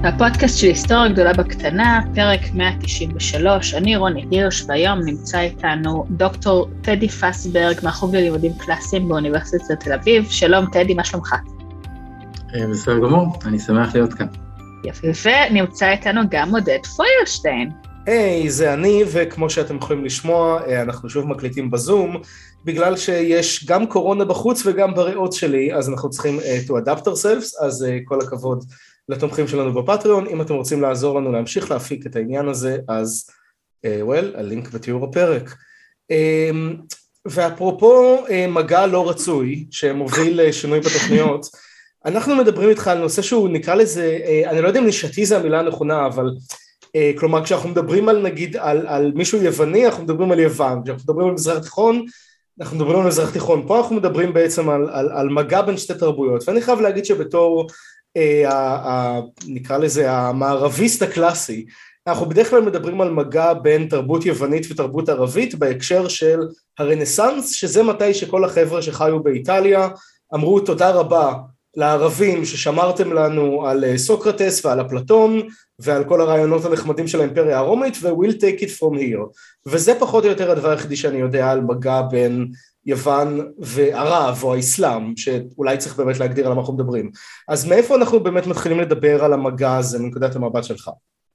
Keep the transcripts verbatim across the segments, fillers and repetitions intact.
הפודקאסט של היסטוריה גדולה בקטנה, פרק מאה תשעים ושלוש, אני רוני הירש, והיום נמצא איתנו דוקטור טדי פסברג, מהחוג ללימודים קלאסיים באוניברסיטת תל אביב. שלום טדי, מה שלומך? בסדר גמור, אני שמח להיות כאן. יפה יפה, נמצא איתנו גם עודד פוירשטיין. היי, hey, זה אני, וכמו שאתם יכולים לשמוע, אנחנו שוב מקליטים בזום, בגלל שיש גם קורונה בחוץ וגם בריאות שלי, אז אנחנו צריכים uh, to adapt ourselves, אז uh, כל הכבוד לתומכים שלנו בפטריון. אם אתם רוצים לעזור לנו להמשיך להפיק את העניין הזה, אז, uh, well, הלינק בתיאור הפרק. Um, ואפרופו uh, מגע לא רצוי, שמוביל uh, שינוי בתוכניות, אנחנו מדברים איתך על נושא שהוא נקרא לזה, uh, אני לא יודע אם נשתי זה המילה הנכונה, אבל... כלומר, כשאנחנו מדברים על, נגיד, על, על מישהו יווני, אנחנו מדברים על יוון, כשאנחנו מדברים על מזרח תיכון, אנחנו מדברים על מזרח תיכון, פה אנחנו מדברים בעצם על, על, על מגע בין שתי תרבויות, ואני חייב להגיד שבתור, אה, ה, נקרא לזה, המערביסט הקלאסי, אנחנו בדרך כלל מדברים על מגע בין תרבות יוונית ותרבות ערבית, בהקשר של הרנסנס, שזה מתי שכל החבר'ה שחיו באיטליה, אמרו תודה רבה לערבים ששמרתם לנו על סוקרטס ועל אפלטון, ועל כל הרעיונות הנחמדים של האימפריה הרומית, ו-we'll take it from here. וזה פחות או יותר הדבר היחידי שאני יודע על מגע בין יוון וערב, או האסלאם, שאולי צריך באמת להגדיר על מה אנחנו מדברים. אז מאיפה אנחנו באמת מתחילים לדבר על המגע הזה, מנקודת המבט שלך?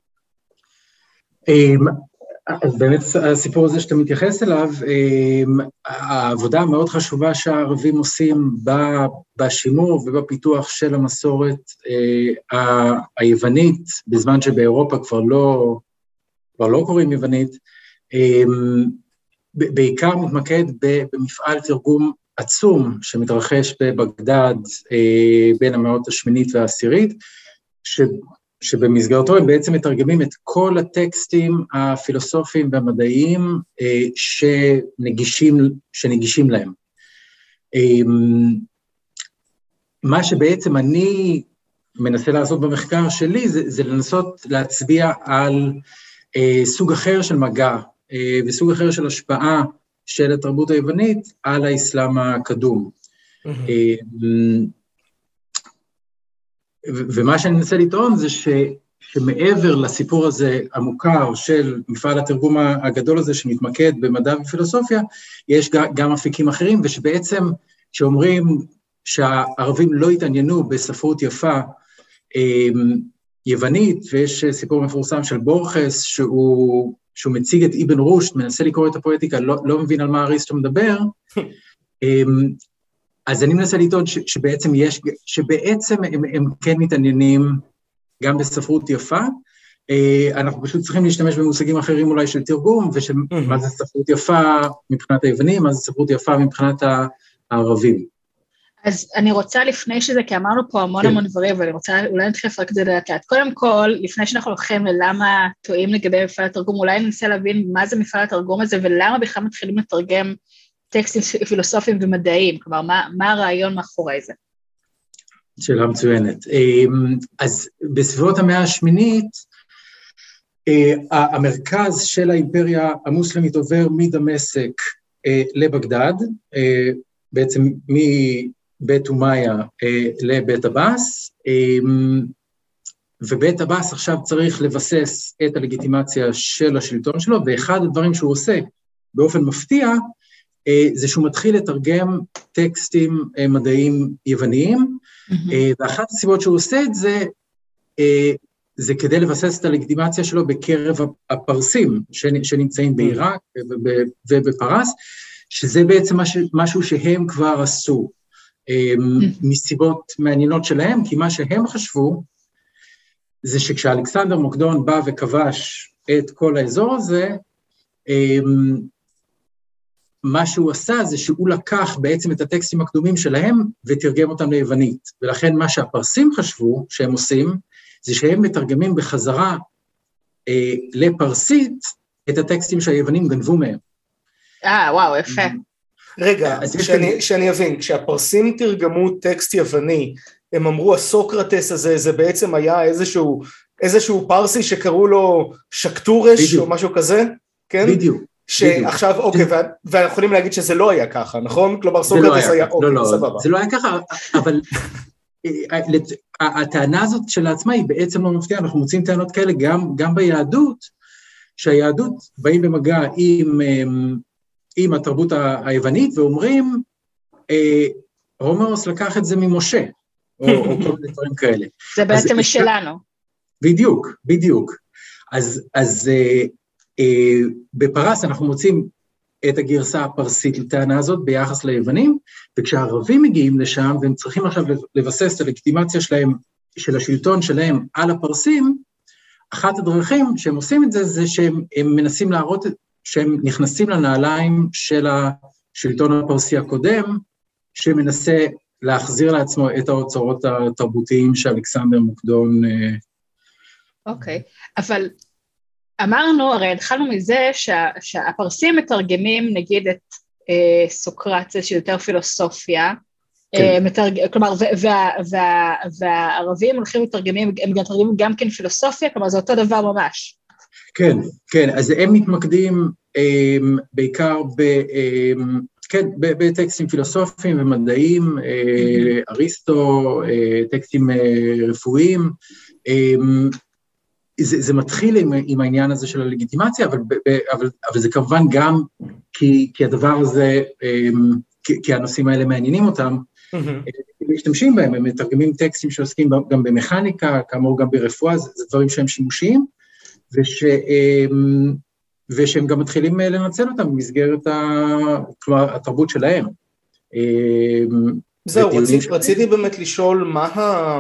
אז באמת הסיפור הזה שאתה מתייחס אליו, העבודה המאוד חשובה שהערבים עושים בשימור ובפיתוח של המסורת היוונית, בזמן שבאירופה כבר לא, כבר לא קוראים יוונית, בעיקר מתמקד במפעל תרגום עצום שמתרחש בבגדד בין המאות השמינית והעשירית, ש... שבמסגרתו הם בעצם מתרגמים את כל הטקסטים הפילוסופיים והמדעיים שנגישים, שנגישים להם. מה שבעצם אני מנסה לעשות במחקר שלי, זה, זה לנסות להצביע על סוג אחר של מגע, וסוג אחר של השפעה של התרבות היוונית על האסלאם הקדום. Mm-hmm. ומה שאני מנסה לטעון זה ש, שמעבר לסיפור הזה המוכר של מפעל התרגום הגדול הזה שמתמקד במדע ופילוסופיה, יש גם אפיקים אחרים, ושבעצם שאומרים שהערבים לא התעניינו בספרות יפה יוונית, ויש סיפור מפורסם של בורכס, שהוא, שהוא מציג את אבן רושד, מנסה לקרוא את הפואטיקה, לא, לא מבין על מה אריסטו מדבר, אז אני מנסה לטעון ש, שבעצם יש, שבעצם הם, הם כן מתעניינים גם בספרות יפה, אנחנו פשוט צריכים להשתמש במושגים אחרים אולי של תרגום, ומה זה ספרות יפה מבחינת היוונים, מה זה ספרות יפה מבחינת הערבים. אז אני רוצה לפני שזה, כי אמרנו פה המון המון דברים, ואני רוצה, אולי נתחיל רק זה לאט לאט. קודם כל, לפני שאנחנו לוקחים ללמה טועים לגבי מפעל התרגום, אולי ננסה להבין מה זה מפעל התרגום הזה, ולמה בכלל מתחילים לתרגם טקסטים פילוסופיים ומדעיים, כלומר, מה, מה הרעיון מאחורי זה? שאלה מצוינת. אז בסביבות המאה השמינית, המרכז של האימפריה המוסלמית עובר מדמשק לבגדד, בעצם מבית אומיה לבית עבאס, ובית עבאס עכשיו צריך לבסס את הלגיטימציה של השלטון שלו, ואחד הדברים שהוא עושה באופן מפתיע, זה שהוא מתחיל לתרגם טקסטים מדעיים יווניים, ואחת הסיבות שהוא עושה את זה, זה כדי לבסס את הלגיטימציה שלו בקרב הפרסים שנמצאים בעיראק ובפרס, שזה בעצם משהו שהם כבר עשו, מסיבות מעניינות שלהם, כי מה שהם חשבו, זה שכשאלכסנדר מוקדון בא וכבש את כל האזור הזה, מה שהוא עשה זה שהוא לקח בעצם את הטקסטים הקדומים שלהם ותרגם אותם ליוונית, ולכן מה שהפרסים חשבו שהם עושים, זה שהם מתרגמים בחזרה אה, לפרסית את הטקסטים שהיוונים גנבו מהם. אה, וואו, יפה. רגע, שאני, שאני אבין, כשהפרסים תרגמו טקסט יווני, הם אמרו, הסוקרטס הזה, זה בעצם היה איזשהו, איזשהו פרסי שקראו לו שקטורש, בדיוק. או משהו כזה, כן? בדיוק. שעכשיו, אוקיי, ואנחנו יכולים להגיד שזה לא היה ככה, נכון? כלומר, סוקרטס היה, אוקיי, סבבה. זה לא היה ככה, אבל הטענה הזאת של עצמה היא בעצם לא מפתיעה, אנחנו מוצאים טענות כאלה גם, גם ביהדות, שהיהדות באים במגע עם, עם התרבות היוונית, ואומרים, הומרוס לקח את זה ממשה, או, או כל מיני דברים כאלה. זה בעצם שלנו. בדיוק, בדיוק. אז, אז אה, אה, בפרס אנחנו מוצאים את הגרסה הפרסית לטענה הזאת ביחס ליוונים, וכשהערבים מגיעים לשם, והם צריכים עכשיו לבסס את הלגיטימציה שלהם, של השלטון שלהם על הפרסים, אחת הדרכים שהם עושים את זה, זה שהם מנסים להראות, שהם נכנסים לנעליים של השלטון הפרסי הקודם, שמנסה להחזיר לעצמו את האוצרות התרבותיים שאלכסנדר מוקדון... אוקיי, okay. אבל אמרנו, הרי התחלנו מזה שה, שהפרסים מתרגמים, נגיד את אה, סוקרטס, שזה יותר פילוסופיה, כן. אה, מתרג... כלומר, וה, וה, והערבים הולכים מתרגמים, הם מתרגמים גם כן פילוסופיה, כלומר זה אותו דבר ממש. כן, כן, אז הם מתמקדים אה, בעיקר ב... אה, כן, בטקסטים פילוסופיים ומדעיים, אריסטו, טקסטים רפואיים, זה, זה מתחיל עם, עם העניין הזה של הלגיטימציה, אבל, אבל, אבל זה כמובן גם כי, כי הדבר הזה, כי, כי הנושאים האלה מעניינים אותם, משתמשים בהם, הם מתרגמים טקסטים שעוסקים גם במכניקה, כאמור גם ברפואה, זה, זה דברים שהם שימושיים, וש... ושהם גם מתחילים לנצל אותם במסגרת כלומר, התרבות שלהם. זהו, רציתי, רציתי באמת לשאול מה ה...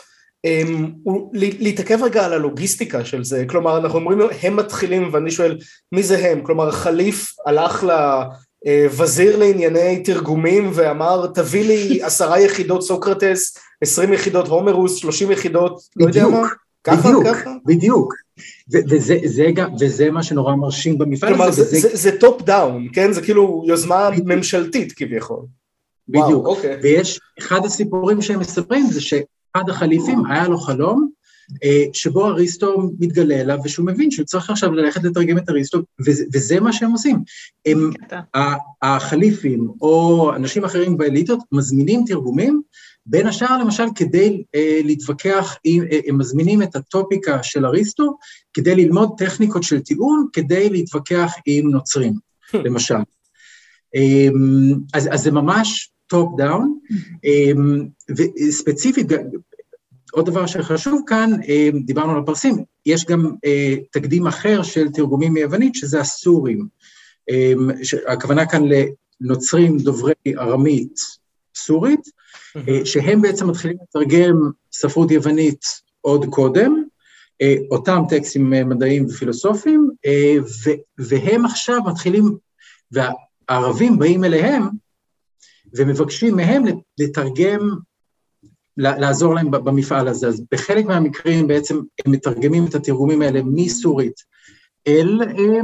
להתעכב רגע על הלוגיסטיקה של זה, כלומר אנחנו אומרים הם מתחילים ואני שואל מי זה הם, כלומר החליף הלך לווזיר לענייני תרגומים ואמר תביא לי עשרה יחידות סוקרטס, עשרים יחידות הומרוס, שלושים יחידות, לא יודע מה? בדיוק, בדיוק. וזה, זה גם, וזה מה שנורא מרשים במפעל הזה. כלומר, זה, זה, זה, זה טופ דאון, כן? זה כאילו יוזמה ממשלתית כביכול. בדיוק. אוקיי. ויש, אחד הסיפורים שהם מספרים זה שאחד החליפים היה לו חלום, שבו אריסטו מתגלה אליו, ושהוא מבין שהוא צריך עכשיו ללכת לתרגם את אריסטו, וזה, וזה מה שהם עושים. הם, החליפים או אנשים אחרים באליטות מזמינים תרגומים, בין השאר למשל כדי אה, להתווכח, עם, אה, הם מזמינים את הטופיקה של אריסטו, כדי ללמוד טכניקות של טיעון, כדי להתווכח עם נוצרים, למשל. אה, אז, אז זה ממש טופ דאון, אה, וספציפית, עוד דבר שחשוב כאן, אה, דיברנו על הפרסים, יש גם אה, תקדים אחר של תרגומים מיוונית, שזה הסורים. אה, הכוונה כאן לנוצרים דוברי ארמית סורית, שהם בעצם מתחילים לתרגם ספרות יוונית עוד קודם, אותם טקסטים מדעיים ופילוסופיים, והם עכשיו מתחילים, והערבים באים אליהם, ומבקשים מהם לתרגם, לעזור להם במפעל הזה. אז בחלק מהמקרים בעצם הם מתרגמים את התרגומים האלה מסורית אל,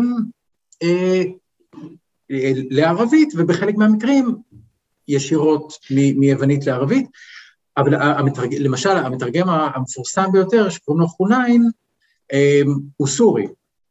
לערבית, ובחלק מהמקרים, ישירות מיוונית לערבית, אבל המתרג... למשל, המתרגם המפורסם ביותר, שקוראים לו חוניין, הוא סורי,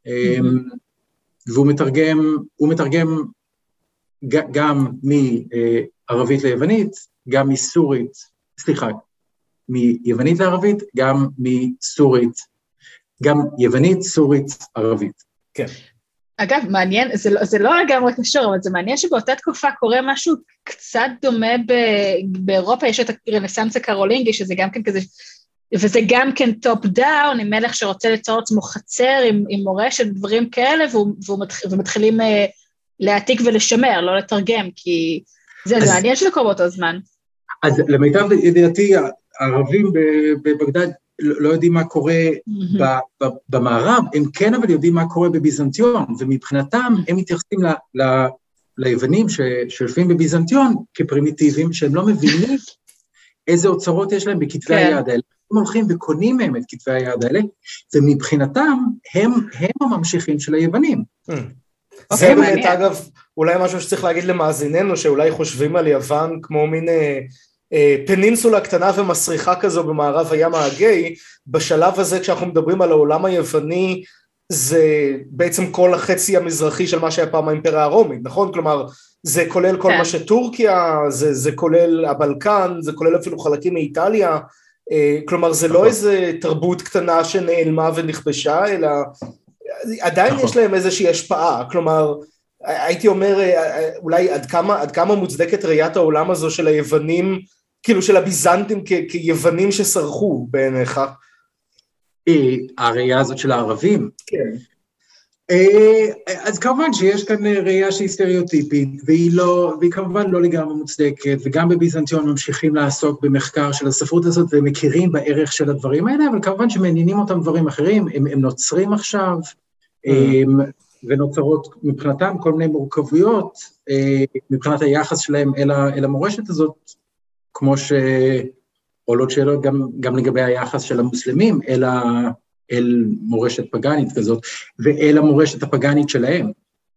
והוא מתרגם, הוא מתרגם גם מערבית ליוונית, גם מסורית, סליחה, מיוונית לערבית, גם מסורית, גם יוונית, סורית, ערבית. כן. אגב, מעניין, זה לא, זה לא לגמרי קשור, אבל זה מעניין שבאותה תקופה קורה משהו קצת דומה באירופה, יש את הרנסנס הקרולינגי, שזה גם כן כזה, וזה גם כן טופ דאון, עם מלך שרוצה ליצור עצמו חצר, עם, עם מורשת, דברים כאלה, והוא, והוא מתחיל, ומתחילים uh, להעתיק ולשמר, לא לתרגם, כי זה, אז, זה מעניין שזה קורה באותו זמן. אז למיטב ידיעתי, הערבים בבגדד, לא יודעים מה קורה mm-hmm. במערב, הם כן אבל יודעים מה קורה בביזנטיון, ומבחינתם הם מתייחסים ל, ל, ליוונים שיושבים בביזנטיון כפרימיטיביים, שהם לא מבינים איזה אוצרות יש להם בכתבי כן. היד האלה, הם הולכים וקונים מהם את כתבי היד האלה, ומבחינתם הם, הם הממשיכים של היוונים. Mm. זה באמת אגב, אולי משהו שצריך להגיד למאזיננו, שאולי חושבים על יוון כמו מין... פנינסולה קטנה ומסריחה כזו במערב הים האגאי, בשלב הזה כשאנחנו מדברים על העולם היווני, זה בעצם כל החצי המזרחי של מה שהיה פעם האימפריה הרומית, נכון? כלומר, זה כולל כל מה שטורקיה, זה, זה כולל הבלקן, זה כולל אפילו חלקים מאיטליה, כלומר, זה לא איזה תרבות קטנה שנעלמה ונכבשה, אלא עדיין יש להם איזושהי השפעה, כלומר, הייתי אומר, אולי עד כמה, עד כמה מוצדקת ראיית העולם הזו של היוונים, כאילו של הביזנטים כ- כיוונים שסרחו בעיניך? הראייה הזאת של הערבים? כן. אז כמובן שיש כאן ראייה שהיא סטריאוטיפית, והיא, לא, והיא כמובן לא לגמרי מוצדקת, וגם בביזנטיון ממשיכים לעסוק במחקר של הספרות הזאת, ומכירים בערך של הדברים האלה, אבל כמובן שמעניינים אותם דברים אחרים, הם, הם נוצרים עכשיו, הם, ונוצרות מבחינתם כל מיני מורכבויות, מבחינת היחס שלהם אל, אל המורשת הזאת, כמו שעולות שאלות גם, גם לגבי היחס של המוסלמים, אל ה... אל מורשת פגנית כזאת, ואל המורשת הפגנית שלהם.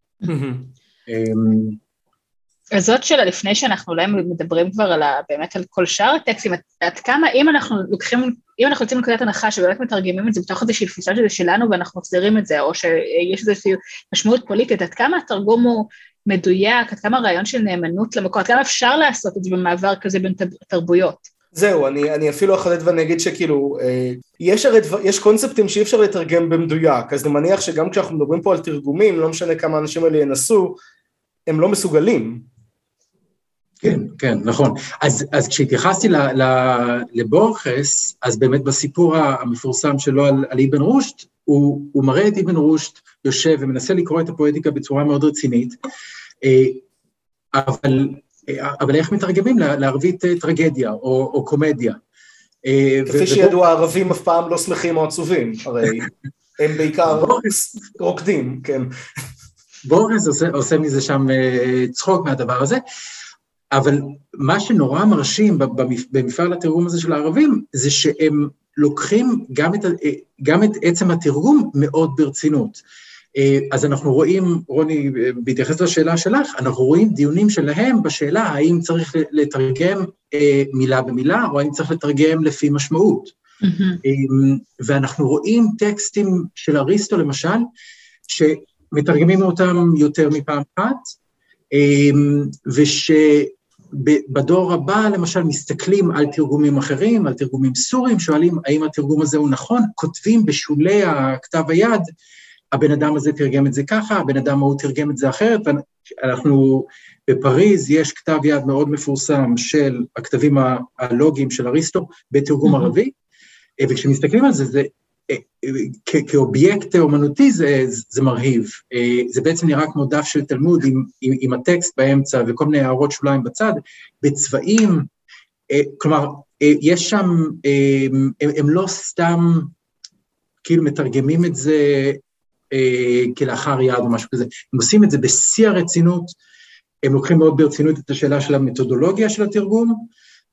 אז זאת שאלה, לפני שאנחנו אולי מדברים כבר על ה, באמת על כל שאר הטקסטים, עד כמה, אם אנחנו לוקחים, אם אנחנו יוצאים לנקודת הנחה, שבאמת מתרגמים את זה בתוך איזושהי תפיסה שזה שלנו, ואנחנו מחזירים את זה, או שיש איזושהי משמעות פוליטית, עד כמה התרגום הוא מדויק, עד כמה הרעיון של נאמנות למקור, עד כמה אפשר לעשות את זה במעבר כזה בין תרבויות? זהו, אני, אני אפילו אחדד ונגיד שכאילו, אה, יש, הרי, יש קונספטים שאי אפשר לתרגם במדויק, אז אני מניח שגם כשאנחנו מדברים פה על תרגומים, לא משנה כמה אנשים האלה ינסו, הם לא מסוגלים. כן, כן, נכון. אז, אז כשהתייחסתי ל, ל, לבורכס, אז באמת בסיפור המפורסם שלו על, על אבן רושד, הוא, הוא מראה את אבן רושד יושב ומנסה לקרוא את הפואטיקה בצורה מאוד רצינית, אה, אבל... אבל איך מתרגמים לערבית טרגדיה או, או קומדיה? כפי שידוע, הערבים אף פעם לא שמחים או עצובים, הרי הם בעיקר רוקדים, כן. בורכס עושה, עושה מזה שם צחוק מהדבר הזה, אבל מה שנורא מרשים במפעל התרגום הזה של הערבים, זה שהם לוקחים גם את, גם את עצם התרגום מאוד ברצינות. אז אנחנו רואים, רוני, בהתייחס לשאלה שלך, אנחנו רואים דיונים שלהם בשאלה האם צריך לתרגם מילה במילה, או האם צריך לתרגם לפי משמעות. ואנחנו רואים טקסטים של אריסטו, למשל, שמתרגמים אותם יותר מפעם אחת, ושבדור הבא, למשל, מסתכלים על תרגומים אחרים, על תרגומים סוריים, שואלים האם התרגום הזה הוא נכון, כותבים בשולי הכתב היד, הבן אדם הזה תרגם את זה ככה, הבן אדם ההוא תרגם את זה אחרת, ואנחנו, בפריז יש כתב יד מאוד מפורסם של הכתבים הלוגיים של אריסטו, בתרגום ערבי, וכשמסתכלים על זה, זה כאובייקט אומנותי זה, זה מרהיב, זה בעצם נראה כמו דף של תלמוד, עם, עם, עם הטקסט באמצע, וכל מיני הערות שוליים בצד, בצבעים, כלומר, יש שם, הם, הם לא סתם, כאילו מתרגמים את זה, כלאחר יד או משהו כזה, הם עושים את זה בשיא הרצינות, הם לוקחים מאוד ברצינות את השאלה של המתודולוגיה של התרגום,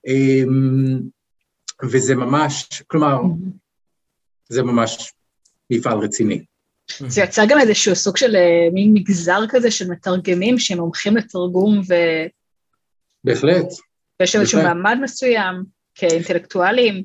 וזה ממש, כלומר, זה ממש מפעל רציני. זה יצא גם איזשהו סוג של מין מגזר כזה של מתרגמים שהם מומחים לתרגום ו... בהחלט. ויש איזשהו מעמד מסוים, כאינטלקטואלים.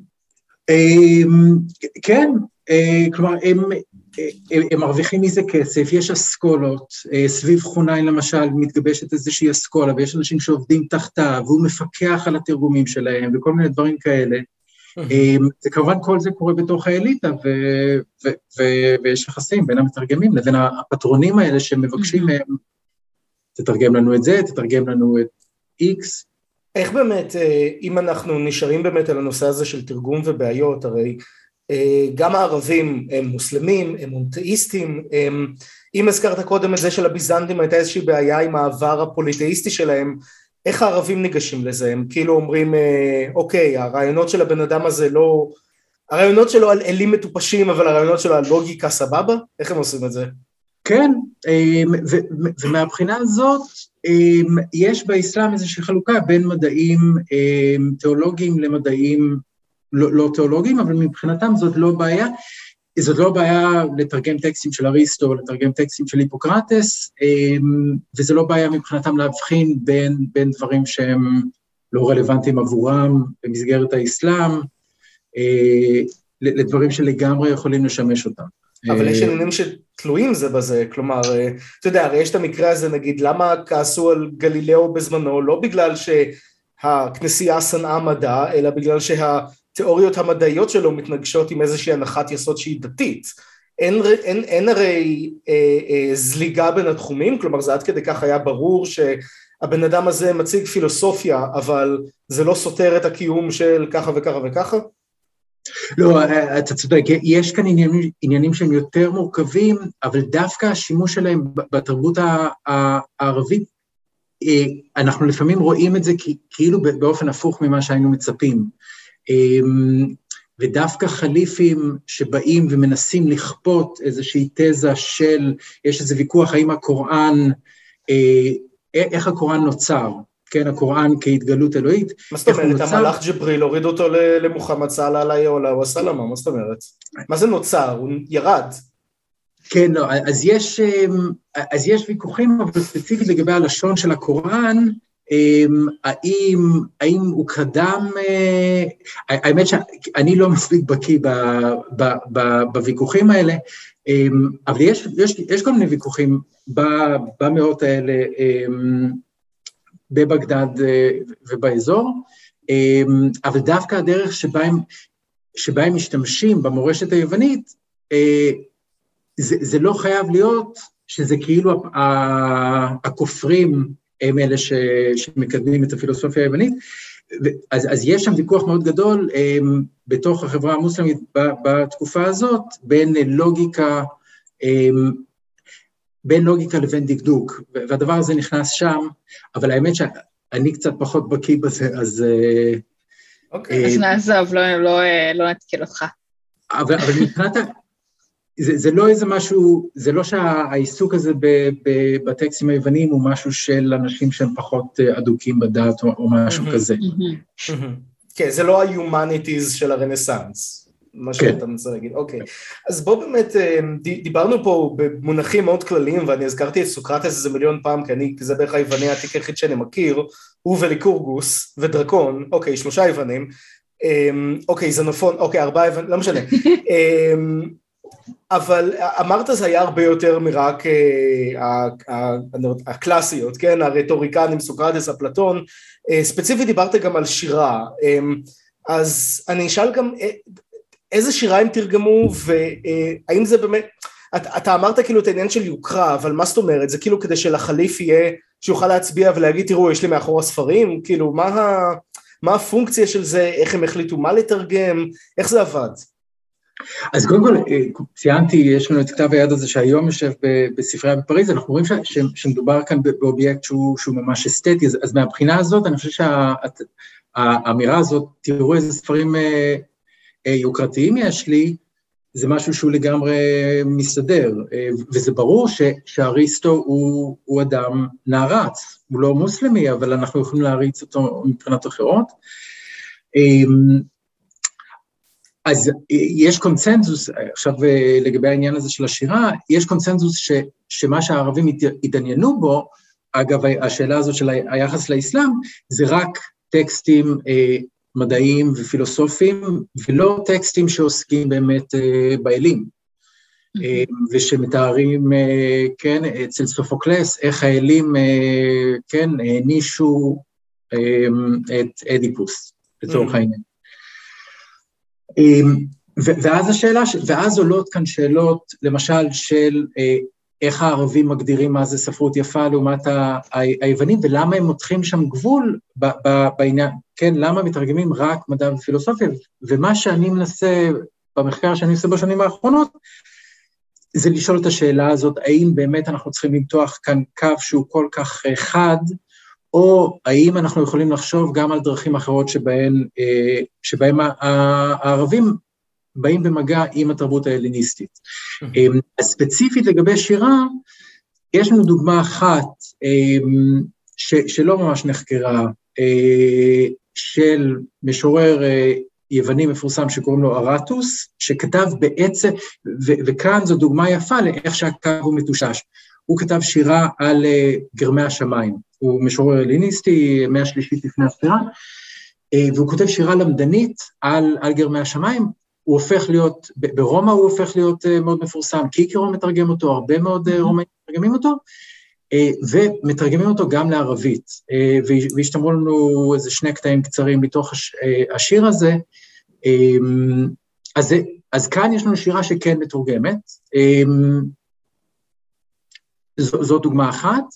כן, כלומר, הם... הם מרוויחים מזה כסף, יש אסכולות, סביב חוניין למשל מתגבשת איזושהי אסכולה, ויש אנשים שעובדים תחתיו, והוא מפקח על התרגומים שלהם, וכל מיני דברים כאלה. זה כמובן כל זה קורה בתוך האליטה, ויש יחסים בין המתרגמים לבין הפטרונים האלה שמבקשים מהם, תתרגם לנו את זה, תתרגם לנו את X. איך באמת, אם אנחנו נשארים באמת על הנושא הזה של תרגום ובעיות, הרי גם הערבים הם מוסלמים, הם מונותאיסטים, אם הזכרת קודם את זה של הביזנטים, הייתה איזושהי בעיה עם העבר הפוליטאיסטי שלהם, איך הערבים ניגשים לזה? הם כאילו אומרים, אוקיי, הרעיונות של הבן אדם הזה לא, הרעיונות שלו על אלים מטופשים, אבל הרעיונות שלו על לוגיקה סבבה? איך הם עושים את זה? כן, ומהבחינה הזאת, יש באסלאם איזושהי חלוקה בין מדעים תיאולוגיים למדעים לא, לא תיאולוגיים, אבל מבחינתם זאת לא בעיה, זאת לא בעיה לתרגם טקסטים של אריסטו, לתרגם טקסטים של היפוקרטס, וזה לא בעיה מבחינתם להבחין בין, בין דברים שהם לא רלוונטיים עבורם במסגרת האסלאם, לדברים שלגמרי יכולים לשמש אותם. אבל יש עניינים שתלויים זה בזה, כלומר, אתה יודע, הרי יש את המקרה הזה, נגיד, למה כעסו על גלילאו בזמנו, לא בגלל שהכנסייה שנאה מדע, אלא בגלל שהתיאוריות המדעיות שלו מתנגשות עם איזושהי הנחת יסוד שהיא דתית. אין, אין, אין הרי אה, אה, זליגה בין התחומים, כלומר, זה עד כדי כך היה ברור שהבן אדם הזה מציג פילוסופיה, אבל זה לא סותר את הקיום של ככה וככה וככה? לא, אתה צודק, יש כאן עניינים, עניינים שהם יותר מורכבים, אבל דווקא השימוש שלהם בתרבות הערבית, אנחנו לפעמים רואים את זה כאילו באופן הפוך ממה שהיינו מצפים. ודווקא חליפים שבאים ומנסים לכפות איזושהי תזה של, יש איזה ויכוח האם הקוראן, איך הקוראן נוצר, כן, הקוראן כהתגלות אלוהית. מה זאת אומרת, המלאך ג'בריל הוריד אותו למוחמד סלאללה עליי עולה וסלאמה, מה זאת אומרת? מה זה נוצר? הוא ירד. כן, לא, אז יש, אז יש ויכוחים, אבל ספציפית לגבי הלשון של הקוראן, האם, האם הוא קדם, האמת שאני לא מספיק בקיא בוויכוחים האלה, אבל יש, יש, יש כל מיני ויכוחים במאות האלה, בבגדד ובאזור, אבל דווקא הדרך שבה הם, שבה הם משתמשים במורשת היוונית, זה, זה לא חייב להיות שזה כאילו הכופרים הם אלה ש, שמקדמים את הפילוסופיה היוונית, אז, אז יש שם ויכוח מאוד גדול בתוך החברה המוסלמית בתקופה הזאת, בין לוגיקה, בין לוגיקה לבין דקדוק, והדבר הזה נכנס שם, אבל האמת שאני קצת פחות בקיא בזה, אז... אוקיי, אז נעזוב, לא נתקיל אותך. אבל מבחינת... זה לא איזה משהו, זה לא שהעיסוק הזה בטקסטים היוונים הוא משהו של אנשים שהם פחות אדוקים בדת או משהו כזה. כן, זה לא ה-humanities של הרנסנס. מה שאתה מנסה להגיד, אוקיי. אז בוא באמת, דיברנו פה במונחים מאוד כלליים, ואני הזכרתי את סוקרטס איזה מיליון פעם, כי אני, זה בערך היווני העתיק היחיד שאני מכיר, הוא וליקורגוס ודרקון, אוקיי, שלושה יוונים, אוקיי, זנופון, אוקיי, ארבעה יוונים, לא משנה. אבל אמרת זה היה הרבה יותר מרק הקלאסיות, כן, הרטוריקנים, סוקרטס, אפלטון, ספציפית דיברת גם על שירה, אז אני אשאל גם איזה שירה הם תרגמו, והאם זה באמת, אתה אמרת כאילו את העניין של יוקרה, אבל מה זאת אומרת, זה כאילו כדי שלחליף יהיה, שיוכל להצביע ולהגיד, תראו, יש לי מאחור הספרים, כאילו, מה, מה הפונקציה של זה, איך הם החליטו מה לתרגם, איך זה עבד? אז קודם כל, ציינתי, יש לנו את כתב היד הזה שהיום יושב בספרייה בפריז, אנחנו רואים שמדובר כאן באובייקט שהוא, שהוא ממש אסתטי, אז, אז מהבחינה הזאת, אני חושב שהאמירה הזאת, תראו איזה ספרים יוקרתיים יש לי, זה משהו שהוא לגמרי מסתדר, וזה ברור ש, שאריסטו הוא, הוא אדם נערץ, הוא לא מוסלמי, אבל אנחנו יכולים להריץ אותו מבחינות אחרות. אז יש קונצנזוס, עכשיו לגבי העניין הזה של השירה, יש קונצנזוס ש, שמה שהערבים התעניינו בו, אגב השאלה הזאת של היחס לאסלאם, זה רק טקסטים מדעיים ופילוסופיים, ולא טקסטים שעוסקים באמת באלים, ושמתארים, כן, אצל סופוקלס, איך האלים, כן, הענישו את אדיפוס, לצורך העניין. ואז השאלה, ואז עולות כאן שאלות, למשל של איך הערבים מגדירים מה זה ספרות יפה לעומת היוונים, ולמה הם מותחים שם גבול בעניין, כן, למה מתרגמים רק מדע ופילוסופיה, ומה שאני מנסה, במחקר שאני עושה בשנים האחרונות, זה לשאול את השאלה הזאת, האם באמת אנחנו צריכים למתוח כאן קו שהוא כל כך חד, או האם אנחנו יכולים לחשוב גם על דרכים אחרות שבהן, שבהן הערבים באים במגע עם התרבות ההלניסטית. אז ספציפית לגבי שירה, יש לנו דוגמה אחת ש, שלא ממש נחקרה, של משורר יווני מפורסם שקוראים לו ארטוס, שכתב בעצם, ו, וכאן זו דוגמה יפה לאיך שהקו הוא מתושש. הוא כתב שירה על גרמי השמיים, הוא משורר הלניסטי, מאה שלישית לפני הספירה, והוא כותב שירה למדנית על, על גרמי השמיים, הוא הופך להיות, ברומא הוא הופך להיות מאוד מפורסם, קיקרו מתרגם אותו, הרבה מאוד רומאים מתרגמים אותו, ומתרגמים אותו גם לערבית, והשתמרו לנו איזה שני קטעים קצרים מתוך השיר הזה, אז, אז כאן יש לנו שירה שכן מתורגמת, זו, זו דוגמה אחת,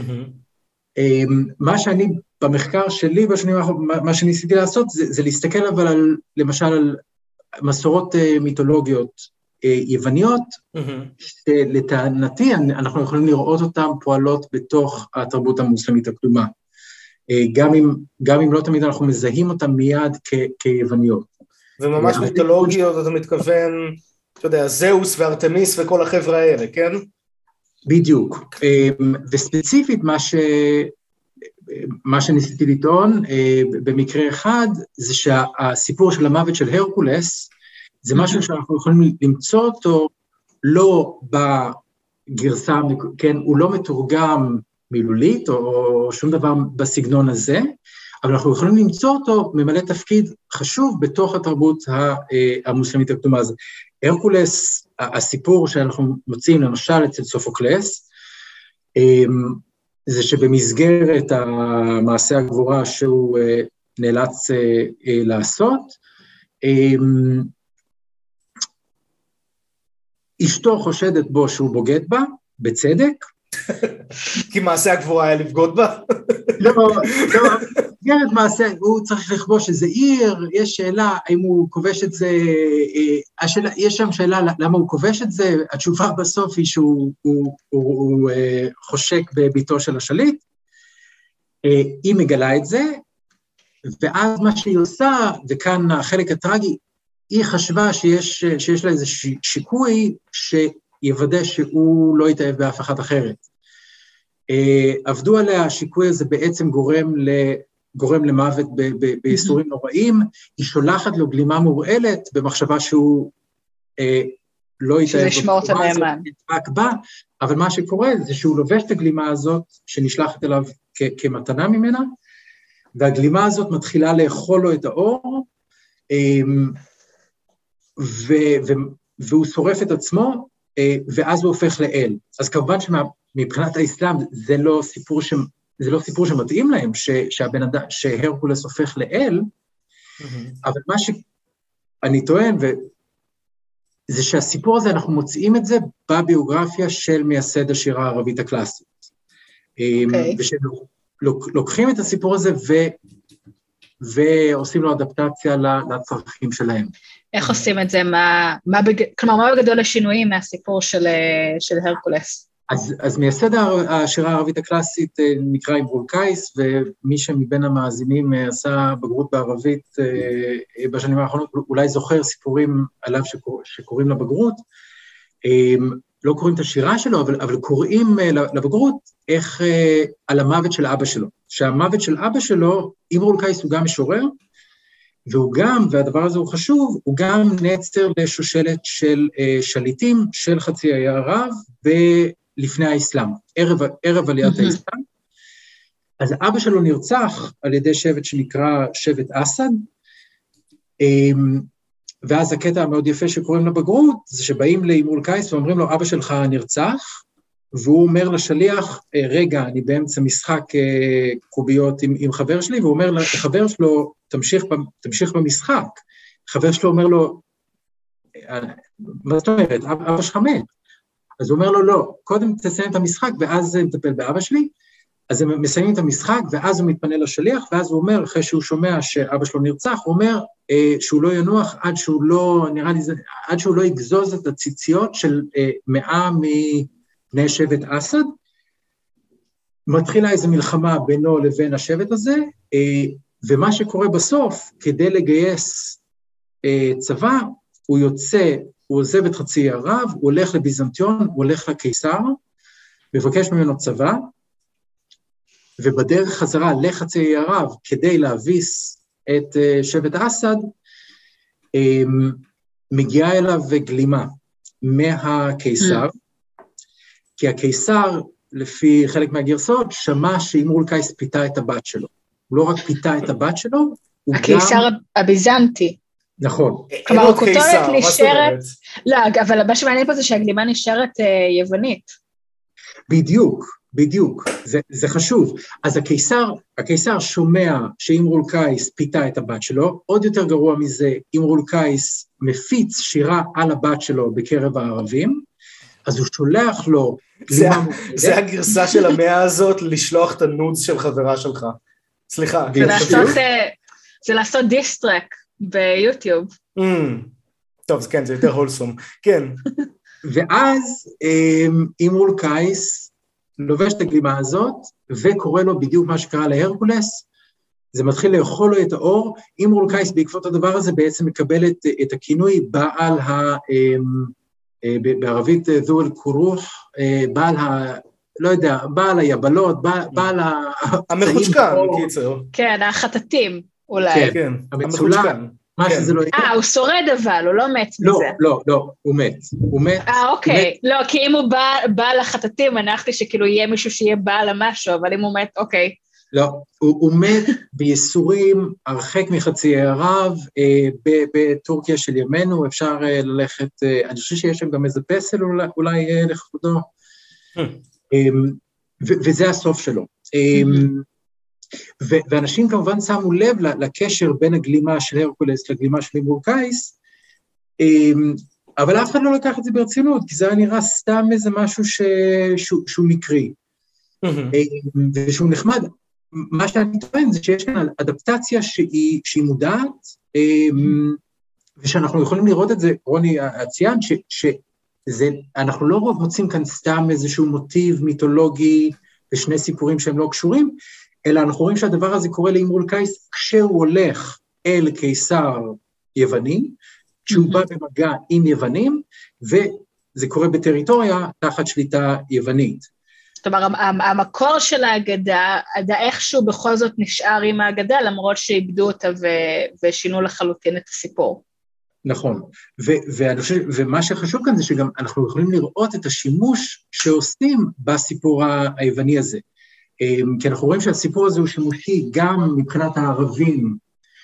מה שאני במחקר שלי, בשנים האחרונות, מה שניסיתי לעשות, זה, זה להסתכל אבל על, למשל על מסורות מיתולוגיות יווניות, שלטענתי אנחנו יכולים לראות אותן פועלות בתוך התרבות המוסלמית הקדומה, גם אם, גם אם לא תמיד אנחנו מזהים אותן מיד כ, כיווניות. וממש מיתולוגיות, אתה מתכוון, אתה יודע, זהוס וארתמיס וכל החבר'ה האלה, כן? בדיוק, וספציפית מה ש... מה שניסיתי לטעון במקרה אחד, זה שהסיפור של המוות של הרקולס, זה משהו שאנחנו יכולים למצוא אותו לא בגרסה, כן, הוא לא מתורגם מילולית או שום דבר בסגנון הזה, אבל אנחנו יכולים למצוא אותו ממלא תפקיד חשוב בתוך התרבות המוסלמית הקדומה. אז הרקולס, הסיפור שאנחנו מוצאים למשל אצל סופוקלס, זה שבמסגרת המעשה הגבורה שהוא נאלץ לעשות, אשתו חושדת בו שהוא בוגד בה, בצדק. כי מעשה הגבורה היה לבגוד בה? לא, לא, במסגרת מעשה, הוא צריך לכבוש איזה עיר, יש שאלה האם הוא כובש את זה, השאלה, יש שם שאלה למה הוא כובש את זה, התשובה בסוף היא שהוא הוא, הוא, הוא, חושק בביתו של השליט, היא מגלה את זה, ואז מה שהיא עושה, וכאן החלק הטרגי, היא חשבה שיש, שיש לה איזה שיקוי שיוודא שהוא לא יתאהב באף אחת אחרת. עבדו עליה, השיקוי הזה בעצם גורם, ל, גורם למוות ב, ב, ביסורים נוראים, היא שולחת לו גלימה מורעלת במחשבה שהוא אה, לא יתאהב. שזה ישמור את הנאמן. בה, אבל מה שקורה זה שהוא לובש את הגלימה הזאת שנשלחת אליו כ, כמתנה ממנה, והגלימה הזאת מתחילה לאכול לו את האור, ו, ו, והוא שורף את עצמו, ואז הוא הופך לאל. אז כמובן שמבחינת האסלאם זה לא סיפור, ש, זה לא סיפור שמתאים להם, ש, שהבן אדם, שהרקולס הופך לאל, mm-hmm. אבל מה שאני טוען, ו, זה שהסיפור הזה, אנחנו מוצאים את זה בביוגרפיה של מייסד השירה הערבית הקלאסית. Okay. ושלוקחים את הסיפור הזה ו... ועושים לו אדפטציה לצרכים שלהם. איך עושים את זה? מה, מה בג... כלומר, מה בגדול השינויים מהסיפור של, של הרקולס? אז, אז מייסד השירה הערבית הקלאסית נקרא איברול קייס, ומי שמבין המאזינים עשה בגרות בערבית בשנים האחרונות, אולי זוכר סיפורים עליו שקור... שקוראים לבגרות, לא קוראים את השירה שלו, אבל, אבל קוראים לבגרות איך על המוות של אבא שלו. שהמוות של אבא שלו, איברול קייס הוא גם משורר, והוא גם, והדבר הזה הוא חשוב, הוא גם נצר לשושלת של שליטים של חצי האי ערב, ולפני האסלאם, ערב, ערב עליית האסלאם. אז אבא שלו נרצח על ידי שבט שנקרא שבט אסד, ואז הקטע המאוד יפה שקוראים לבגרות, זה שבאים לאיברול קייס ואומרים לו, אבא שלך נרצח, והוא אומר לשליח, רגע, אני באמצע משחק קוביות עם, עם חבר שלי, והוא אומר לחבר שלו, תמשיך, תמשיך במשחק. חבר שלו אומר לו, מה זאת אומרת, אבא שלך מת. אז הוא אומר לו, לא, קודם תסיים את המשחק, ואז נטפל באבא שלי, אז הם מסיימים את המשחק, ואז הוא מתפנה לשליח, ואז הוא אומר, אחרי שהוא שומע שאבא שלו נרצח, הוא אומר אה, שהוא לא ינוח עד שהוא לא, נראה לי, עד שהוא לא יגזוז את הציציות של אה, מאה מבני שבט אסד, מתחילה איזו מלחמה בינו לבין השבט הזה, אה, ומה שקורה בסוף, כדי לגייס אה, צבא, הוא יוצא, הוא עוזב את חצי ערב, הוא הולך לביזנטיון, הוא הולך לקיסר, מבקש ממנו צבא, ובדרך חזרה לחצי ערב, כדי להביס את שבט אסד, מגיעה אליו גלימה מהקיסר, כי הקיסר, לפי חלק מהגרסאות, שמע שאיברול קייס פיתה את הבת שלו. הוא לא רק פיתה את הבת שלו, הוא הקיסר גם... הביזנטי. נכון. כלומר, הכותרת נשארת, לא, אבל מה שמעניין פה זה שהגלימה נשארת יוונית. בדיוק, בדיוק, זה, זה חשוב. אז הקיסר, הקיסר שומע שאימרול קייס פיתה את הבת שלו, עוד יותר גרוע מזה, אימרול קייס מפיץ שירה על הבת שלו בקרב הערבים, אז הוא שולח לו... זה, זה הגרסה של המאה הזאת, לשלוח את הנודס של חברה שלך. סליחה. זה לעשות, זה לעשות דיסטרק ביוטיוב. Mm, טוב, כן, זה יותר הולסום. כן. ואז אימרול קייס לובש את הגלימה הזאת, וקורא לו בדיוק מה שקרה להרקולס, זה מתחיל לאכול לו את האור, אימרול קייס בעקבות הדבר הזה בעצם מקבל את, את הכינוי בעל ה... בערבית זו אל כורוך, בעל ה... לא יודע, בעל היבלות, בעל ה... המחוצ'קן, קיצר. כן, החטטים, אולי. כן, המצולן. מה שזה לא יהיה. אה, הוא שורד אבל, הוא לא מת מזה. לא, לא, לא, הוא מת. הוא מת. אה, אוקיי. לא, כי אם הוא בעל החטטים, הנחתי שכאילו יהיה מישהו שיהיה בעל המשהו, אבל אם הוא מת, אוקיי. לא, הוא מת בייסורים, הרחק מחצי ערב, בטורקיה של ימינו, אפשר ללכת, אני חושב שיש שם גם איזה פסל אולי לכבודו, וזה הסוף שלו. ואנשים כמובן שמו לב לקשר בין הגלימה של הרקולס לגלימה של אימרול קייס, אבל אף אחד לא לקח את זה ברצינות, כי זה היה נראה סתם איזה משהו שהוא מקרי, ושהוא נחמד. מה שאני טוען זה שיש כאן אדפטציה שהיא, שהיא מודעת, ושאנחנו יכולים לראות את זה, רוני הציין, שאנחנו לא רוצים כאן סתם איזשהו מוטיב מיתולוגי, ושני סיפורים שהם לא קשורים, אלא אנחנו רואים שהדבר הזה קורה לאימרול קייס, כשהוא הולך אל קיסר יווני, כשהוא בא במגע עם יוונים, וזה קורה בטריטוריה תחת שליטה יוונית. זאת אומרת, המקור של ההגדה, איכשהו בכל זאת נשאר עם ההגדה, למרות שאיבדו אותה ושינו לחלוטין את הסיפור. נכון, ומה שחשוב כאן זה שגם אנחנו יכולים לראות את השימוש שעושים בסיפור היווני הזה. כי אנחנו רואים שהסיפור הזה הוא שימושי גם מבחינת הערבים,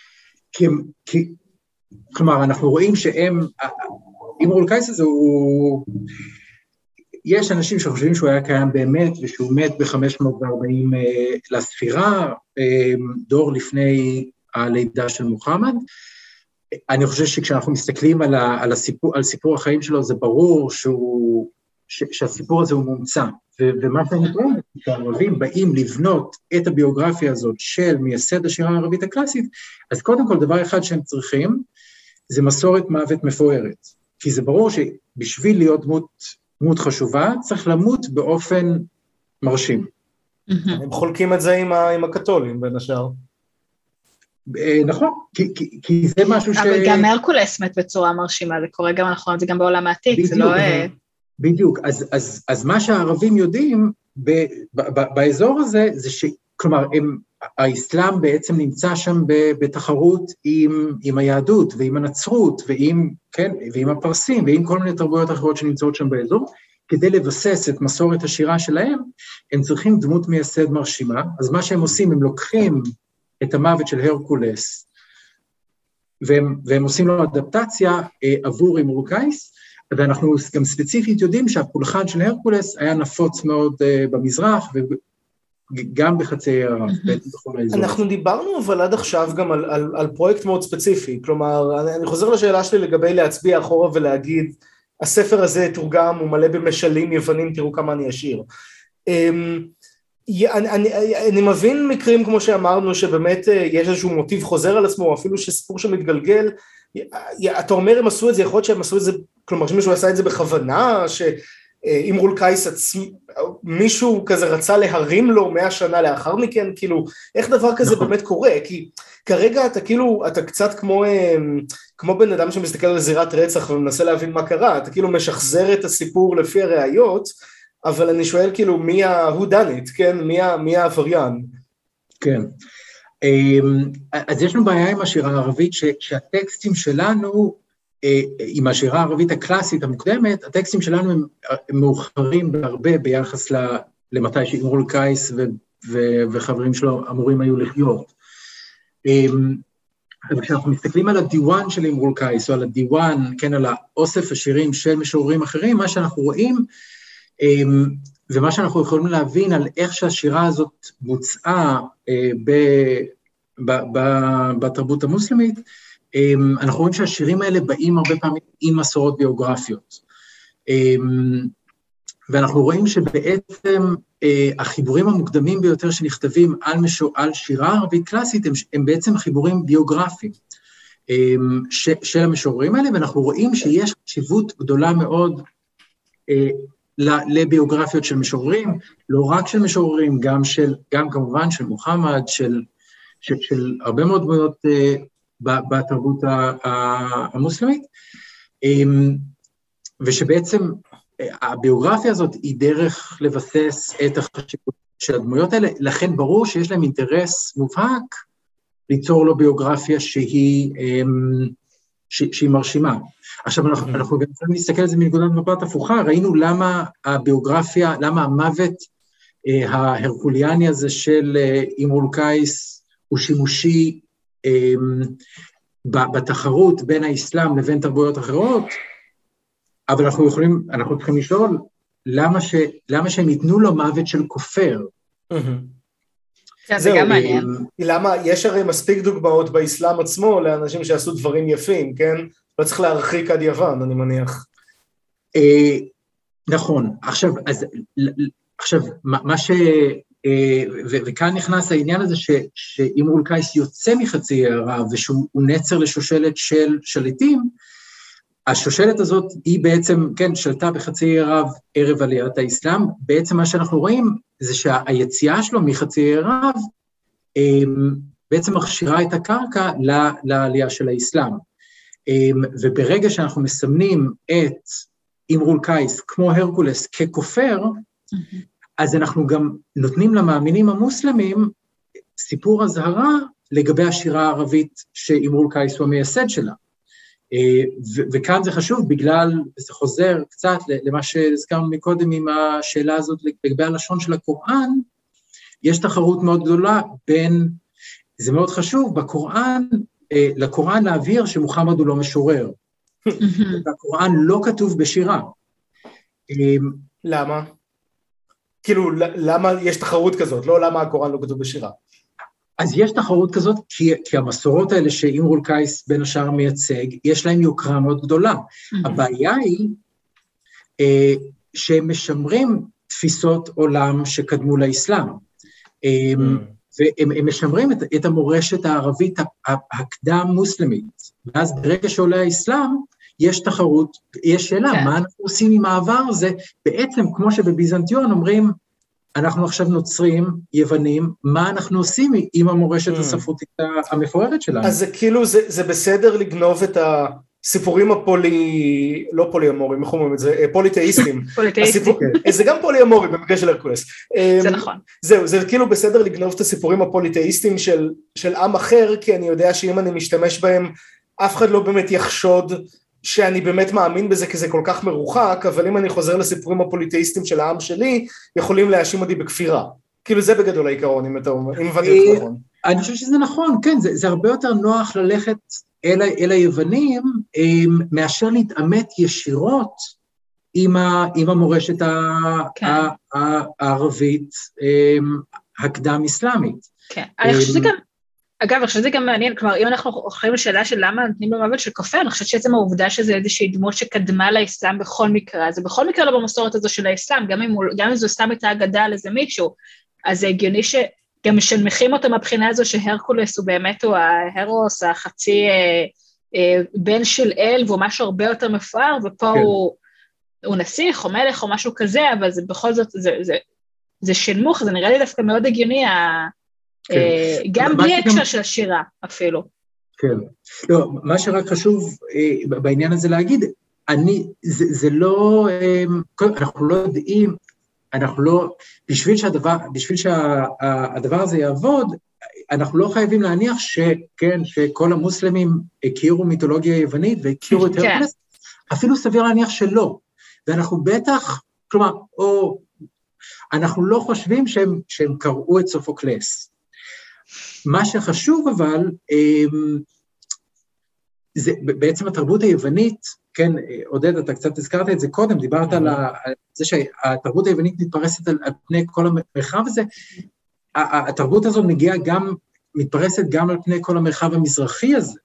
כלומר, אנחנו רואים שהם, אימרול קייס הזה הוא... יש אנשים שחושבים שהוא היה קיים באמת, ושהוא מת ב-חמש מאות וארבעים לספירה, דור לפני הלידה של מוחמד. אני חושב שכשאנחנו מסתכלים על, ה, על, הסיפור, על סיפור החיים שלו, זה ברור שהוא, ש, שהסיפור הזה הוא מומצא. ו, ומה שאני רואה, כשהערבים באים לבנות את הביוגרפיה הזאת של מייסד השירה הערבית הקלאסית, אז קודם כל דבר אחד שהם צריכים, זה מסורת מוות מפוארת. כי זה ברור שבשביל להיות דמות, דמות חשובה, צריך למות באופן מרשים. הם חולקים את זה עם, ה, עם הקתולים, בין השאר. נכון, כי, כי, כי זה משהו ש... אבל גם הרקולס מת בצורה מרשימה, זה קורה גם נכון, זה גם בעולם העתיק, זה לא... בדיוק, אז, אז, אז מה שהערבים יודעים ב, ב, ב, באזור הזה, זה ש... כלומר, הם, האסלאם בעצם נמצא שם בתחרות עם, עם היהדות, ועם הנצרות, ועם, כן, ועם הפרסים, ועם כל מיני תרבויות אחרות שנמצאות שם באזור, כדי לבסס את מסורת השירה שלהם, הם צריכים דמות מייסד מרשימה, אז מה שהם עושים, הם לוקחים את המוות של הרקולס, והם, והם עושים לו אדפטציה אה, עבור אימרול קייס, ואנחנו גם ספציפית יודעים שהפולחן של הרקולס היה נפוץ מאוד אה, במזרח, וגם בחצי ערב, בכל האזור. אנחנו דיברנו אבל עד עכשיו גם על, על, על פרויקט מאוד ספציפי, כלומר, אני, אני חוזר לשאלה שלי לגבי להצביע אחורה ולהגיד, הספר הזה תורגם, הוא מלא במשלים יוונים, תראו כמה אני אשאיר. אני, אני, אני מבין מקרים כמו שאמרנו, שבאמת יש איזשהו מוטיב חוזר על עצמו, אפילו שסיפור שמתגלגל, אתה אומר הם עשו את זה, יכול להיות שהם עשו את זה, כלומר שמישהו עשה את זה בכוונה, שאימרול קייס עצמי, מישהו כזה רצה להרים לו מאה שנה לאחר מכן, כאילו, איך דבר כזה באמת קורה? כי כרגע אתה כאילו, אתה קצת כמו, כמו בן אדם שמסתכל על זירת רצח ומנסה להבין מה קרה, אתה כאילו משחזר את הסיפור לפי הראיות, אבל אני שואל כאילו מי ה-who done it, כן? מי העבריין? כן. אז יש לנו בעיה עם השירה הערבית, שהטקסטים שלנו, עם השירה הערבית הקלאסית המוקדמת, הטקסטים שלנו הם מאוחרים בהרבה ביחס למתי שאימרול קייס וחברים שלו אמורים היו לחיות. כשאנחנו מסתכלים על הדיוואן של אמרול קייס, או על הדיוואן, כן, על האוסף השירים של משוררים אחרים, מה שאנחנו רואים, ומה שאנחנו יכולים להבין על איך שהשירה הזאת בוצעה בתרבות המוסלמית, אנחנו רואים שהשירים האלה באים הרבה פעמים עם מסורות ביוגרפיות. ואנחנו רואים שבעצם החיבורים המוקדמים ביותר שנכתבים על, משור, על שירה ערבית קלאסית, הם, הם בעצם חיבורים ביוגרפיים ש, של המשוררים האלה, ואנחנו רואים שיש חשיבות גדולה מאוד לביוגרפיות של משוררים, לא רק של משוררים, גם, של, גם כמובן של מוחמד, של, של, של הרבה מאוד דמויות בתרבות המוסלמית, ושבעצם הביוגרפיה הזאת היא דרך לבסס את החשיבות של הדמויות האלה, לכן ברור שיש להם אינטרס מובהק ליצור לו ביוגרפיה שהיא, שהיא מרשימה. עכשיו אנחנו, אנחנו גם צריכים להסתכל על זה מנקודת מבט הפוכה, ראינו למה הביוגרפיה, למה המוות ההרקוליאני הזה של אמרול קייס הוא שימושי בתחרות בין האסלאם לבין תרבויות אחרות, אבל אנחנו יכולים, אנחנו צריכים לשאול, למה, ש, למה שהם ייתנו לו מוות של כופר? זה גם מעניין. למה, יש הרי מספיק דוגמאות באסלאם עצמו, לאנשים שעשו דברים יפים, כן? לא צריך להרחיק עד יוון, אני מניח. נכון, עכשיו, אז, עכשיו, מה ש... וכאן נכנס העניין הזה שאמרול קייס יוצא מחצי ערב, ושהוא נצר לשושלת של שליטים, השושלת הזאת היא בעצם, כן, שלטה בחצי ערב ערב עליית האסלאם, בעצם מה שאנחנו רואים זה שהיציאה שלו מחצי ערב, בעצם מכשירה את הקרקע לעלייה של האסלאם. וברגע שאנחנו מסמנים את אמרול קייס כמו הרקולס ככופר, אז אנחנו גם נותנים למאמינים המוסלמים סיפור הזהרה לגבי השירה הערבית שאמרול קייס הוא המייסד שלה. וכאן זה חשוב בגלל, זה חוזר קצת למה שהזכרנו מקודם עם השאלה הזאת לגבי הלשון של הקוראן, יש תחרות מאוד גדולה בין, זה מאוד חשוב, בקוראן, לקוראן להבהיר שמוחמד הוא לא משורר. הקוראן לא כתוב בשירה. למה? כאילו, למה יש תחרות כזאת? לא למה הקוראן לא כתוב בשירה? אז יש תחרות כזאת, כי, כי המסורות האלה שאמרול קייס בין השאר מייצג, יש להם יוקרה מאוד גדולה. Mm-hmm. הבעיה היא אה, שהם משמרים תפיסות עולם שקדמו לאסלאם. אה, mm-hmm. והם משמרים את, את המורשת הערבית הקדם-מוסלמית. ואז ברגע שעולה האסלאם, יש תחרות, יש שאלה, כן. מה אנחנו עושים עם העבר הזה? בעצם, כמו שבביזנטיון אומרים, אנחנו עכשיו נוצרים, יוונים, מה אנחנו עושים עם המורשת mm. הספרותית המפוארת שלנו? אז זה כאילו, זה, זה בסדר לגנוב את הסיפורים הפולי, לא פולי אמורים, איך אומרים את זה, פוליטאיסטים. פוליטאיסטים. זה גם פולי אמורי במקרה של הרקולס. זה נכון. זהו, זה כאילו בסדר לגנוב את הסיפורים הפוליטאיסטים של, של עם אחר, כי אני יודע שאם אני משתמש בהם, אף אחד לא באמת יחשוד שאני באמת מאמין בזה, כי זה כל כך מרוחק, אבל אם אני חוזר לסיפורים הפוליטאיסטים של העם שלי, יכולים להאשים אותי בכפירה. כאילו זה בגדול העיקרון, אם אתה אומר, אם הבנתי נכון. אני חושב שזה נכון, כן, זה, זה הרבה יותר נוח ללכת אל, אל היוונים, מאשר להתעמת ישירות עם, ה, עם המורשת ה, כן. ה, ה, הערבית, הקדם-אסלאמית. כן, אני חושב שזה גם, אגב, אני חושב שזה גם מעניין, כלומר, אם אנחנו הולכים לשאלה של למה נותנים במוות של כופר, אני חושבת שעצם העובדה שזה איזושהי דמות שקדמה לאסלאם בכל מקרה, זה בכל מקרה לא במסורת הזו של האסלאם, גם אם, גם אם זו סתם הייתה אגדה על איזה מישהו, אז זה הגיוני שגם משנמכים אותו מהבחינה הזו שהרקולס הוא באמת הוא ההרוס, החצי אה, אה, בן של אל, והוא משהו הרבה יותר מפואר, ופה כן. הוא, הוא נסיך או מלך או משהו כזה, אבל זה בכל זאת, זה, זה, זה שנמוך, זה נראה לי דווקא מאוד הגיוני, גם בלי הקשר של השירה אפילו. כן. לא, מה שרק חשוב בעניין הזה להגיד, אני, זה, זה לא, אנחנו לא יודעים, אנחנו לא, בשביל שהדבר, בשביל שהדבר הזה יעבוד, אנחנו לא חייבים להניח שכן, שכל המוסלמים הכירו מיתולוגיה יוונית והכירו את הרקולס, אפילו סביר להניח שלא. ואנחנו בטח, כלומר, או, אנחנו לא חושבים שהם, שהם קראו את סופוקלס. מה שחשוב אבל, זה, בעצם התרבות היוונית, כן, עודד, אתה קצת הזכרת את זה קודם, דיברת על זה שהתרבות היוונית מתפרסת על, על פני כל המרחב הזה, התרבות הזאת מגיעה גם, מתפרסת גם על פני כל המרחב המזרחי הזה,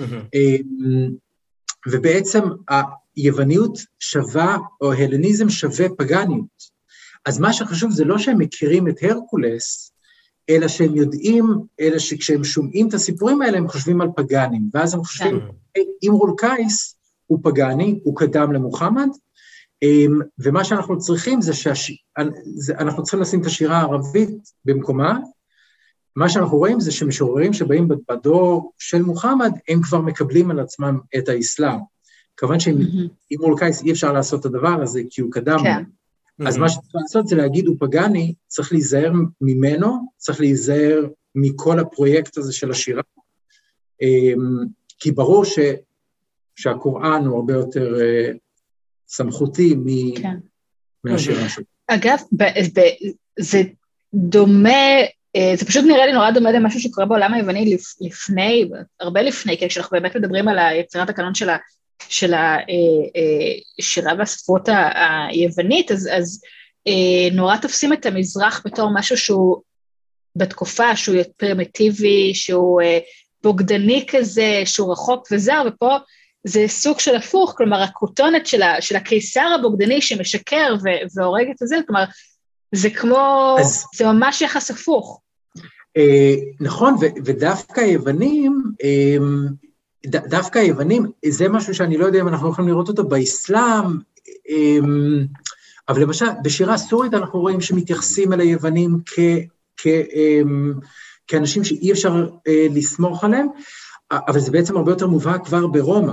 ובעצם היווניות שווה, או הלניזם שווה פגניות, אז מה שחשוב זה לא שהם מכירים את הרקולס, אלא שהם יודעים, אלא שכשהם שומעים את הסיפורים האלה, הם חושבים על פגנים, ואז הם חושבים, אימרול קייס הוא פגני, הוא קדם למוחמד, ומה שאנחנו צריכים זה שאנחנו צריכים לשים את השירה הערבית במקומה, מה שאנחנו רואים זה שמשוררים שבאים בדור של מוחמד, הם כבר מקבלים על עצמם את האסלאם, כמובן שאימרול קייס אי אפשר לעשות את הדבר הזה, כי הוא קדם, אז מה שצריך לעשות זה להגיד, הוא פגני, צריך להיזהר ממנו, צריך להיזהר מכל הפרויקט הזה של השירה, כי ברור ש, שהקוראן הוא הרבה יותר סמכותי מ, כן. מהשירה שלו. אגב, ב- ב- זה דומה, זה פשוט נראה לי נורא דומה למשהו שקורה בעולם היווני לפני, הרבה לפני, כי כשאנחנו באמת מדברים על היצירת הקנון של ה... של השירה והספרות היוונית, אז, אז נורא תופסים את המזרח בתור משהו שהוא בתקופה, שהוא פרימיטיבי, שהוא בוגדני כזה, שהוא רחוק וזר, ופה זה סוג של הפוך, כלומר הכותונת של, של הקיסר הבוגדני שמשקר והורג את זה, כלומר זה כמו, אז, זה ממש יחס הפוך. נכון, ודווקא היוונים, דווקא היוונים, זה משהו שאני לא יודע אם אנחנו יכולים לראות אותו באסלאם, אבל למשל, בשירה הסורית אנחנו רואים שמתייחסים אל היוונים כ, כ, כאנשים שאי אפשר לסמוך עליהם, אבל זה בעצם הרבה יותר מובהק כבר ברומא,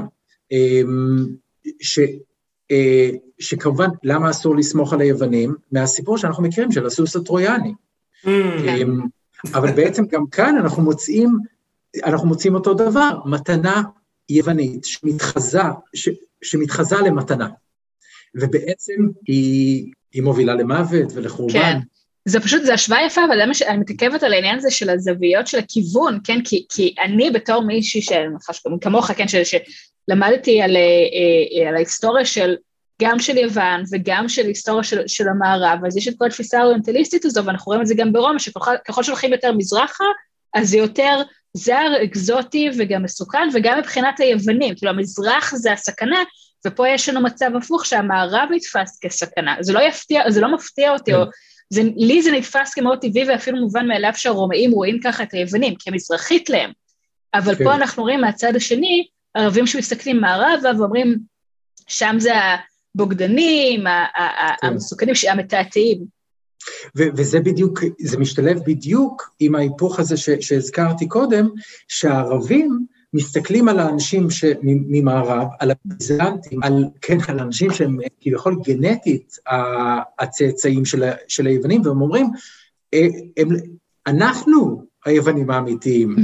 ש, שכמובן, למה אסור לסמוך על היוונים? מהסיפור שאנחנו מכירים של הסוס הטרויאני. אבל בעצם גם כאן אנחנו מוצאים, אנחנו מוצאים אותו דבר, מתנה יוונית, שמתחזה, ש, שמתחזה למתנה, ובעצם היא, היא מובילה למוות ולחורבן. כן, זה פשוט, זה השוואה יפה, אבל אני מתעכבת על העניין הזה של הזוויות, של הכיוון, כן, כי, כי אני בתור מישהי, כמוך, כן, של, שלמדתי על, על ההיסטוריה של, גם של יוון, וגם של היסטוריה של, של המערב, אז יש את כל התפיסה האוריינטליסטית הזו, ואנחנו רואים את זה גם ברומא, שככל שהולכים יותר מזרחה, אז זה יותר זר, אקזוטי וגם מסוכן, וגם מבחינת היוונים, כאילו המזרח זה הסכנה, ופה יש לנו מצב הפוך שהמערב נתפס כסכנה, זה לא יפתיע, זה לא מפתיע אותי, או, זה, לי זה נתפס כמאוד טבעי, ואפילו מובן מאליו שהרומאים רואים ככה את היוונים, כמזרחית להם, אבל כן. פה אנחנו רואים מהצד השני, ערבים שמסתכלים מערבה, ואומרים, שם זה הבוגדנים, כן. המסוכנים, המתעתעים, וזה בדיוק, זה משתלב בדיוק עם ההיפוך הזה שהזכרתי קודם, שהערבים מסתכלים על האנשים ממערב, על הביזנטים, על, כן, על האנשים שהם כביכול גנטית, הצאצאים של, של היוונים, והם אומרים, הם, אנחנו היוונים האמיתיים.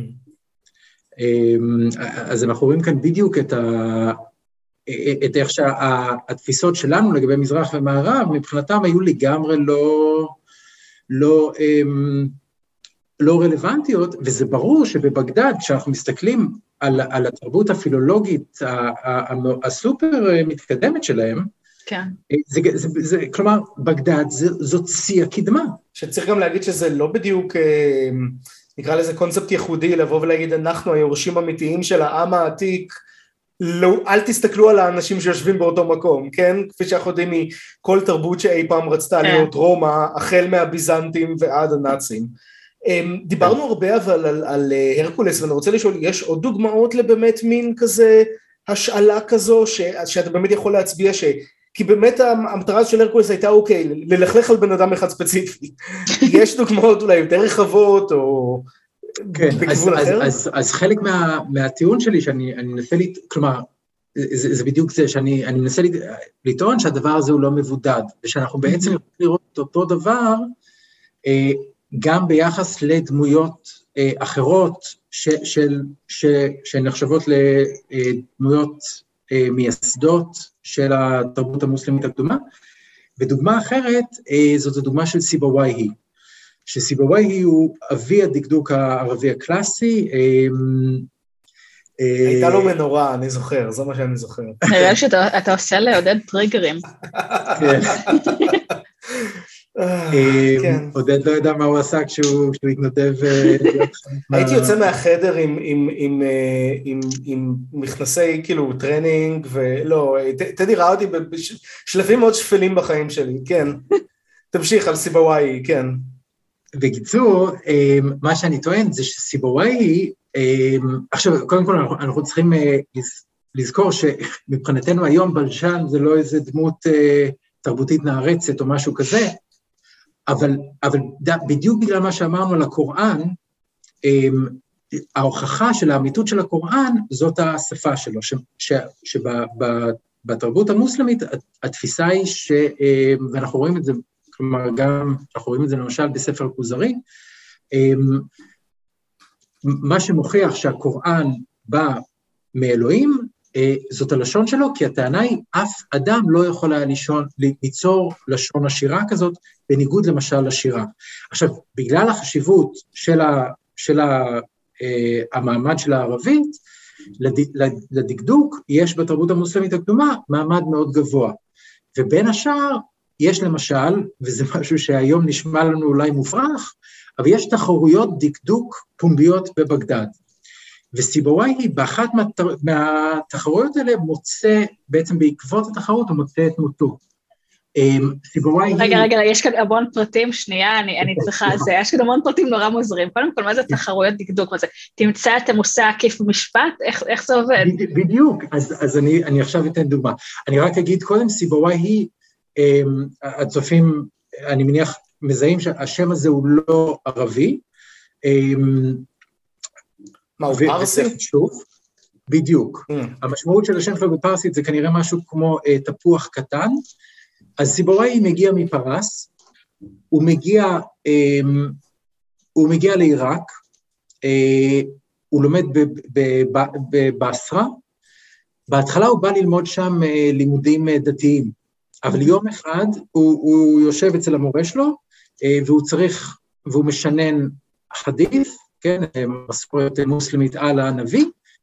אז אנחנו רואים כאן בדיוק את ה... את איך שהתפיסות שלנו לגבי מזרח ומערב, מבחינתם היו לגמרי לא, לא, לא רלוונטיות, וזה ברור שבבגדד, כשאנחנו מסתכלים על, על התרבות הפילולוגית הסופר מתקדמת שלהם, כן. זה, זה, זה, כלומר, בגדד זאת שיא הקדמה. שצריך גם להגיד שזה לא בדיוק, נקרא לזה קונספט ייחודי, לבוא ולהגיד, אנחנו היורשים אמיתיים של העם העתיק, לא, אל תסתכלו על האנשים שיושבים באותו מקום, כן? כפי שאנחנו יודעים מכל תרבות שאי פעם רצתה להיות רומא, החל מהביזנטים ועד הנאצים. דיברנו הרבה אבל על, על הרקולס, ואני רוצה לשאול, יש עוד דוגמאות לבאמת מין כזה, השאלה כזו, ש, שאתה באמת יכול להצביע ש... כי באמת המטרה של הרקולס הייתה אוקיי, ללכלך על בן אדם אחד ספציפי. יש דוגמאות אולי יותר רחבות, או... כן, אז, אז, אז, אז חלק מה, מהטיעון שלי, שאני אני מנסה, לת... כלומר, זה, זה בדיוק זה, שאני אני מנסה לת... לטעון שהדבר הזה הוא לא מבודד, ושאנחנו בעצם יכולים לראות את אותו דבר, אה, גם ביחס לדמויות אה, אחרות, ש, של, ש, שנחשבות לדמויות אה, מייסדות של התרבות המוסלמית הקדומה, ודוגמה אחרת, אה, זאת הדוגמה של סיבוואי, שסיבוואי הוא אבי הדקדוק הערבי הקלאסי, הייתה לו מנורה, אני זוכר, זה מה שאני זוכר. נראה שאתה עושה לעודד טריגרים. כן. עודד לא יודע מה הוא עשה כשהוא התנדב. הייתי יוצא מהחדר עם מכנסי כאילו טרנינג, ולא, טדי ראה אותי בשלבים מאוד שפלים בחיים שלי, כן. תמשיך על סיבוואי, כן. בקיצור, מה שאני טוען זה שסיבוואי, עכשיו, קודם כל אנחנו צריכים לזכור שמבחינתנו היום בלשן זה לא איזה דמות תרבותית נערצת או משהו כזה, אבל, אבל בדיוק בגלל מה שאמרנו על הקוראן, ההוכחה של האמיתות של הקוראן זאת השפה שלו, שבתרבות המוסלמית התפיסה היא, ש, ואנחנו רואים את זה, כלומר גם, אנחנו רואים את זה למשל בספר הכוזרי, מה שמוכיח שהקוראן בא מאלוהים, זאת הלשון שלו, כי הטענה היא, אף אדם לא יכול היה לישון, ליצור לשון השירה כזאת, בניגוד למשל לשירה. עכשיו, בגלל החשיבות של, ה, של ה, המעמד של הערבית, לדקדוק יש בתרבות המוסלמית הקדומה מעמד מאוד גבוה, ובין השאר יש למשל, וזה משהו שהיום נשמע לנו אולי מופרך, אבל יש תחרויות דקדוק פומביות בבגדד. וסיבוואי באחת מהתחרויות האלה מוצא, בעצם בעקבות התחרות הוא מוצא את מותו. סיבוואי... רגע, רגע, יש כאן המון פרטים, שנייה, אני, אני צריכה זה, יש כאן המון פרטים נורא מוזרים. קודם כל, מה זה תחרויות דקדוק? מה זה? תמצא את המושא עקיף במשפט? איך, איך זה עובד? בדיוק, אז, אז אני, אני עכשיו אתן דוגמה. אני רק אגיד קודם, סיבוואי היא, הצופים, אני מניח, מזהים שהשם הזה הוא לא ערבי, מה, הוא פרסי? בדיוק. המשמעות של השם שלו בפרסית זה כנראה משהו כמו תפוח קטן, אז סיבוואי מגיע מפרס, הוא מגיע, הוא מגיע לעיראק, הוא לומד בבסרה, בהתחלה הוא בא ללמוד שם לימודים דתיים, אבל יום אחד הוא, הוא יושב אצל המורה שלו, והוא צריך, והוא משנן חדית', כן, מסורת מוסלמית על הנביא,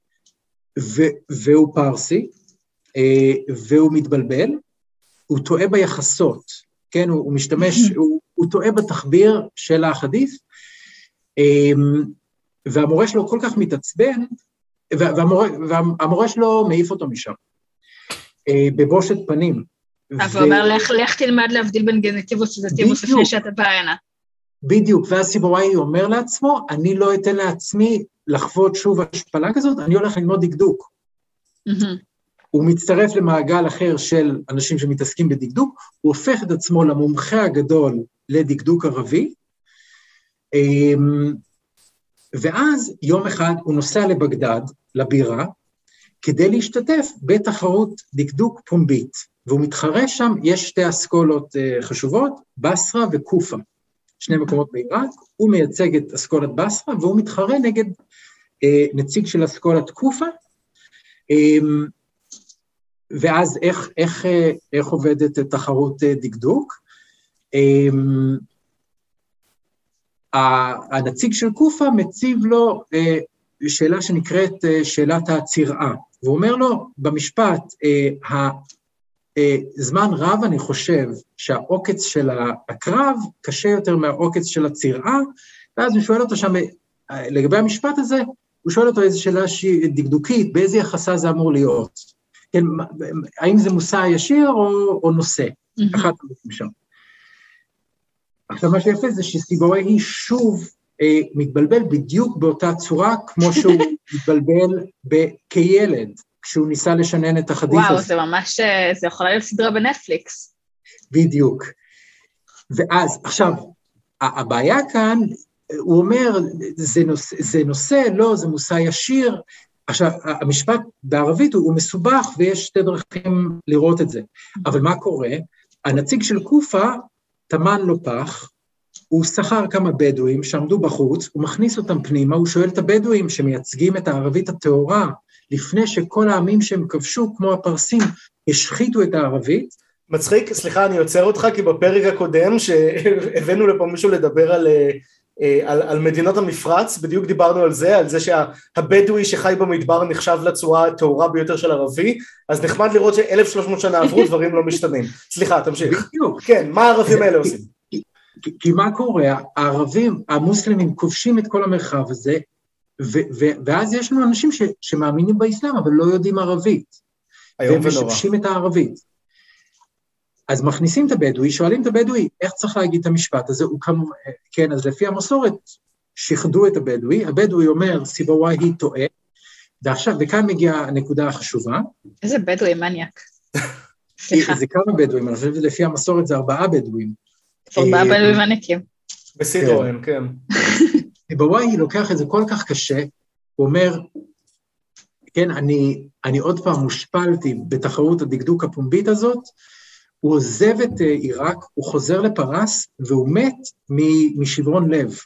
והוא פרסי, והוא מתבלבל, הוא טועה ביחסות, כן, הוא, הוא משתמש, הוא, הוא טועה בתחביר של החדית', והמורה שלו כל כך מתעצבן, והמורה, והמורה שלו מעיף אותו משם, בבושת פנים. אבל הוא אומר, לך תלמד להבדיל בין גנטיבוס וזטיבוס לפני שאתה בא הנה. בדיוק, ואז סיבוואי אומר לעצמו, אני לא אתן לעצמי לחוות שוב השפלה כזאת, אני הולך ללמוד דקדוק. הוא מצטרף למעגל אחר של אנשים שמתעסקים בדקדוק, הוא הופך את עצמו למומחה הגדול לדקדוק ערבי, ואז יום אחד הוא נוסע לבגדד, לבירה, כדי להשתתף בתחרות דקדוק פומבית, והוא מתחרה שם, יש שתי אסכולות חשובות, בסרה וקופה, שני מקומות בעיראק, הוא מייצג את אסכולת בסרה, והוא מתחרה נגד אה, נציג של אסכולת קופה, אה, ואז איך, איך, אה, איך עובדת תחרות אה, דקדוק? אה, הנציג של קופה מציב לו אה, שאלה שנקראת אה, שאלת הצירעה, והוא אומר לו, במשפט, אה, ה... זמן רב אני חושב שהעוקץ של הקרב קשה יותר מהעוקץ של הצירעה, ואז הוא שואל אותו שם, לגבי המשפט הזה, הוא שואל אותו איזו שאלה שהיא דקדוקית, באיזה יחסה זה אמור להיות, כן, האם זה מושא ישיר או, או נושא, אחת המושאים שם. עכשיו מה שיפה זה שסיבוואי היא שוב אה, מתבלבל בדיוק באותה צורה, כמו שהוא מתבלבל כילד, כשהוא ניסה לשנן את החדית' הזה. וואו, זה ממש, זה יכולה להיות סדרה בנטפליקס. בדיוק. ואז, עכשיו, הבעיה כאן, הוא אומר, זה נושא, זה נושא, לא, זה מושא ישיר. עכשיו, המשפט בערבית הוא, הוא מסובך, ויש שתי דרכים לראות את זה. אבל מה קורה? הנציג של קופה, תמן לו פח, הוא שכר כמה בדואים שעמדו בחוץ, הוא מכניס אותם פנימה, הוא שואל את הבדואים שמייצגים את הערבית הטהורה, לפני שכל העמים שהם כבשו, כמו הפרסים, השחיתו את הערבית. מצחיק, סליחה, אני עוצר אותך, כי בפרק הקודם, שהבאנו לפה מישהו לדבר על על, על מדינות המפרץ, בדיוק דיברנו על זה, על זה שהבדואי שחי במדבר נחשב לצורה הטהורה ביותר של ערבי, אז נחמד לראות ש-אלף ושלוש מאות שנה עברו, דברים לא משתנים. סליחה, תמשיך. בדיוק. כן, מה הערבים האלה עושים? כי מה קורה? הערבים, המוסלמים כובשים את כל המרחב הזה, ואז יש לנו אנשים שמאמינים באסלאם, אבל לא יודעים ערבית. והם משבשים את הערבית. אז מכניסים את הבדואי, שואלים את הבדואי, איך צריך להגיד את המשפט הזה? הוא כמובן, כן, אז לפי המסורת, שחדו את הבדואי, הבדואי אומר, סיבוואי היא טועה, ועכשיו, וכאן מגיעה הנקודה החשובה. איזה בדואי מניאק. סליחה. זה כמה בדואים, אני חושב שלפי המסורת זה ארבעה בדואים. ארבעה בדואים מניאקים. בסידורן, כן. סיבוואי לוקח את זה כל כך קשה, הוא אומר, כן, אני, אני עוד פעם מושפלתי בתחרות הדקדוק הפומבית הזאת, הוא עוזב את עיראק, הוא חוזר לפרס, והוא מת משברון לב.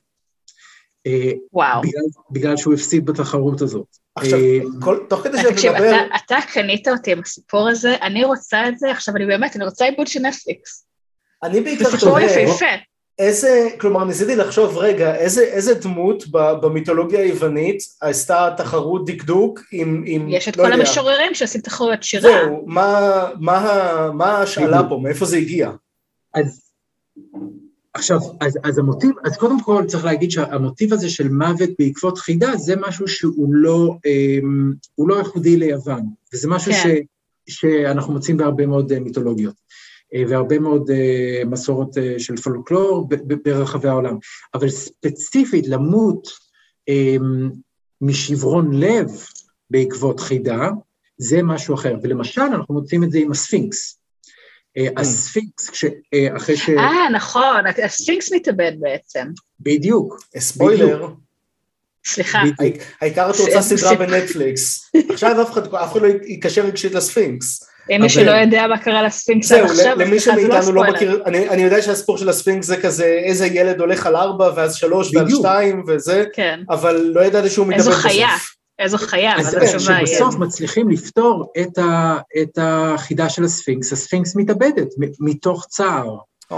וואו. בגלל, בגלל שהוא הפסיד בתחרות הזאת. עכשיו, כל, תוך כדי שאת תקשיב, מדבר... אתה, אתה קנית אותי עם הסיפור הזה, אני רוצה את זה, עכשיו אני באמת, אני רוצה עיבוד של נטפליקס. אני בעיקר זה סיפור יפהפה. איזה, כלומר, ניסיתי לחשוב רגע, איזה, איזה דמות במיתולוגיה היוונית עשתה תחרות דקדוק עם, עם יש את לא כל יודע. המשוררים שעושים תחרות שירה. זהו, מה, מה, מה השאלה פה, מאיפה זה הגיע? אז, עכשיו, אז, אז המוטיב, אז קודם כל צריך להגיד שהמוטיב הזה של מוות בעקבות חידה, זה משהו שהוא לא, הוא לא ייחודי ליוון, וזה משהו כן. ש, שאנחנו מוצאים בהרבה מאוד מיתולוגיות. והרבה מאוד uh, מסורות uh, של פולקלור ברחבי העולם. אבל ספציפית למות um, משברון לב בעקבות חידה, זה משהו אחר. ולמשל, אנחנו מוצאים את זה עם הספינקס. Uh, הספינקס, כש, uh, אחרי ש... אה, נכון, הספינקס מתאבד בעצם. בדיוק. ספוילר. סליחה. העיקר את רוצה סדרה בנטפליקס. עכשיו אף אחד לא יקשר רגשית לספינקס. מי שלא יודע מה קרה לספינקס עד עכשיו, למי שמאיתנו לא מכיר, אני יודע שהספור של הספינקס זה כזה, איזה ילד הולך על ארבע, ואז שלוש ועל שתיים, וזה, אבל לא ידעתי שהוא מתאבד בסוף. איזו חיה, איזו חיה, אז שבסוף מצליחים לפתור את החידה של הספינקס, הספינקס מתאבדת, מתוך צער.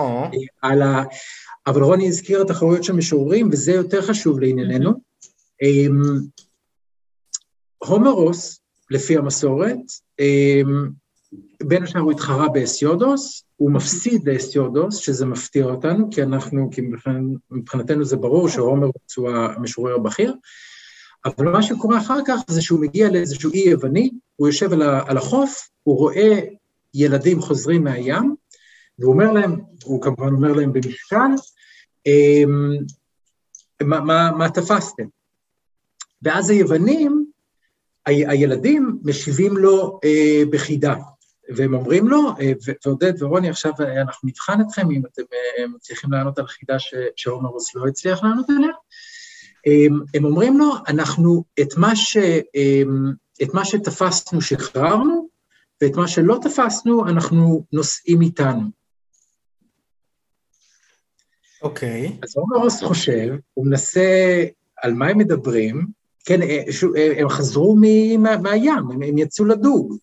אבל רוני הזכיר את התחרויות של משוררים, וזה יותר חשוב לענייננו. הומרוס, לפי המסורת, בין השאר הוא התחרה באסיודוס, הוא מפסיד לאסיודוס, שזה מפתיע אותנו, כי אנחנו, כי מבחינתנו זה ברור שהומרוס הוא המשורר הבכיר, אבל מה שקורה אחר כך זה שהוא מגיע לאיזשהו אי יווני, הוא יושב על החוף, הוא רואה ילדים חוזרים מהים, והוא אומר להם, הוא כמובן אומר להם במשקל, מה, מה, מה תפסתם? ואז היוונים, הילדים משיבים לו אה, בחידה, והם אומרים לו, אה, ועודד ורוני, עכשיו אנחנו נבחן אתכם, אם אתם אה, מצליחים לענות על חידה שהומרוס לא הצליח לענות עליה, אה, הם אומרים לו, אנחנו את מה, ש, אה, את מה שתפסנו שחררנו, ואת מה שלא תפסנו אנחנו נושאים איתנו. אוקיי. Okay. אז הומרוס חושב, הוא מנסה על מה הם מדברים, כן, הם חזרו מהים, הם יצאו לדוג.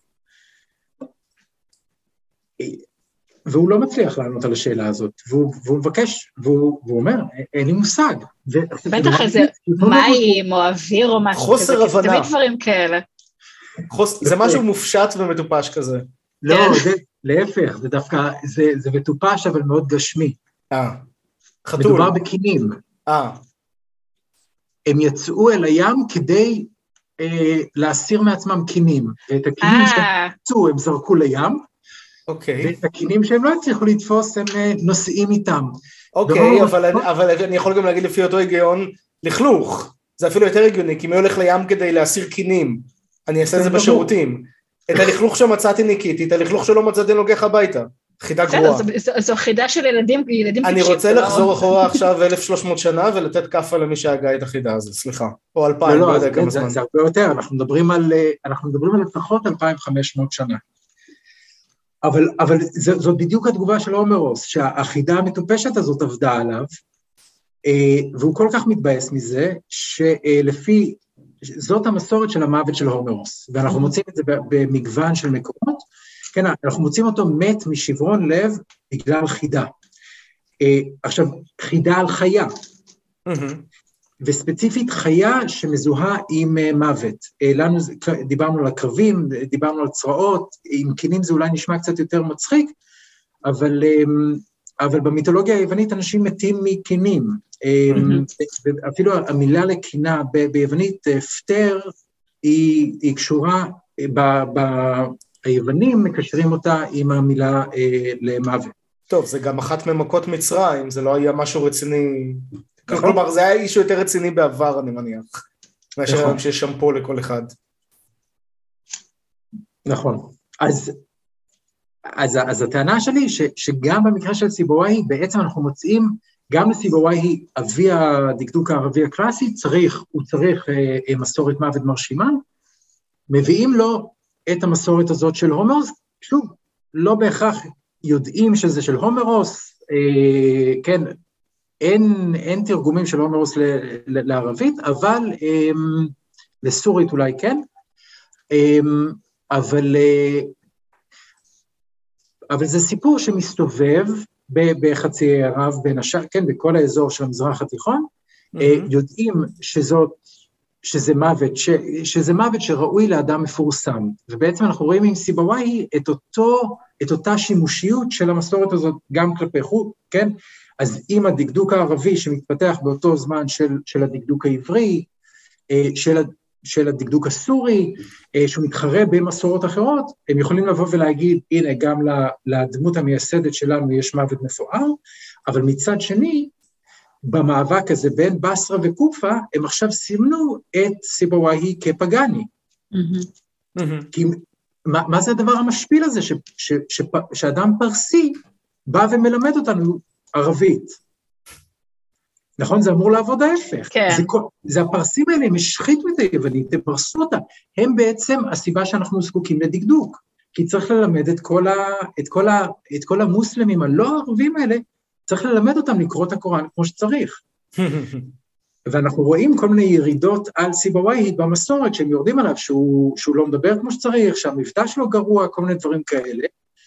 והוא לא מצליח לענות על השאלה הזאת, והוא מבקש, והוא אומר, אין לי מושג. בטח איזה מים או אוויר או משהו. חוסר הבנה. תמיד דברים כאלה. זה משהו מופשט ומטופש כזה. לא, להפך, זה דווקא, זה מטופש אבל מאוד גשמי. אה, חתול. מדובר בקינים. אה. הם יצאו אל הים כדי אה, להסיר מעצמם קינים, ואת הקינים שהם יצאו הם זרקו לים, אוקיי. ואת הקינים שהם לא הצליחו לתפוס הם אה, נוסעים איתם. אוקיי, אבל, אני, אבל אני יכול גם להגיד לפי אותו היגיון, לכלוך, זה אפילו יותר הגיוני, כי מי הולך לים כדי להסיר קינים, אני אעשה את זה בשירותים, את הלכלוך שמצאתי ניקיתי, את הלכלוך שלא מצאתי נוגח הביתה. חידה גרועה. זו חידה של ילדים, ילדים אני רוצה לחזור אחורה עכשיו אלף ושלוש מאות שנה, ולתת כפה למי שהגה את החידה הזו, סליחה. או אלפיים, לא יודע כמה זמן. זה הרבה יותר, אנחנו מדברים על, אנחנו מדברים על לפחות אלפיים וחמש מאות שנה. אבל, אבל זאת בדיוק התגובה של הומרוס, שהחידה המטופשת הזאת עבדה עליו, והוא כל כך מתבאס מזה, שלפי, זאת המסורת של המוות של הומרוס, ואנחנו מוצאים את זה במגוון של מקומות, כן, אנחנו מוצאים אותו מת משברון לב בגלל חידה. עכשיו, חידה על חיה. וספציפית חיה שמזוהה עם מוות. לנו, דיברנו על הקרבים, דיברנו על צרעות, עם קינים זה אולי נשמע קצת יותר מצחיק, אבל, אבל במיתולוגיה היוונית אנשים מתים מקינים, אפילו המילה לקינה ביוונית, פטר, היא, היא קשורה, ב, ב, היוונים מקשרים אותה עם המילה למוות. טוב, זה גם אחת ממכות מצרים, זה לא היה משהו רציני, כלומר זה היה אישו יותר רציני בעבר, אני מניח, מאשר היום שיש שמפו לכל אחד. נכון, אז, אז, אז הטענה שלי ש, שגם במקרה של סיבוואי, בעצם אנחנו מוצאים, גם לסיבוואי, אבי הדקדוק הערבי הקלאסי, צריך, הוא צריך אה, מסורת מוות מרשימה, מביאים לו את המסורת הזאת של הומרוס, שוב, לא בהכרח יודעים שזה של הומרוס, אה, כן, אין, אין תרגומים של הומרוס ל, ל, לערבית, אבל אה, לסורית אולי כן, אה, אבל, אה, אבל זה סיפור שמסתובב בחצי ערב בין השאר, כן, בכל האזור של המזרח התיכון, mm-hmm. אה, יודעים שזאת, שזה מוות, ש, שזה מוות שראוי לאדם מפורסם, ובעצם אנחנו רואים עם סיבוואי את אותו, את אותה שימושיות של המסורת הזאת, גם כלפי חוץ, כן? אז עם הדקדוק הערבי שמתפתח באותו זמן של, של הדקדוק העברי, של, של הדקדוק הסורי, שהוא מתחרה במסורות אחרות, הם יכולים לבוא ולהגיד, הנה, גם לדמות המייסדת שלנו יש מוות מפואר, אבל מצד שני, במאבק הזה בין בסרה וקופה, הם עכשיו סימנו את סיבוואי כפגני. Mm-hmm. כי מה, מה זה הדבר המשפיל הזה, ש, ש, ש, שאדם פרסי בא ומלמד אותנו ערבית? נכון? זה אמור לעבוד ההפך. כן. זה, זה הפרסים האלה, הם השחיתו את היוונית, הם פרסו אותה. הם בעצם הסיבה שאנחנו זקוקים לדקדוק, כי צריך ללמד את כל, ה, את כל, ה, את כל המוסלמים הלא ערבים האלה, צריך ללמד אותם לקרוא את הקוראן כמו שצריך. ואנחנו רואים כל מיני ירידות על סיבוואי במסורת, שהם יורדים עליו, שהוא, שהוא לא מדבר כמו שצריך, שהמבטא שלו גרוע, כל מיני דברים כאלה.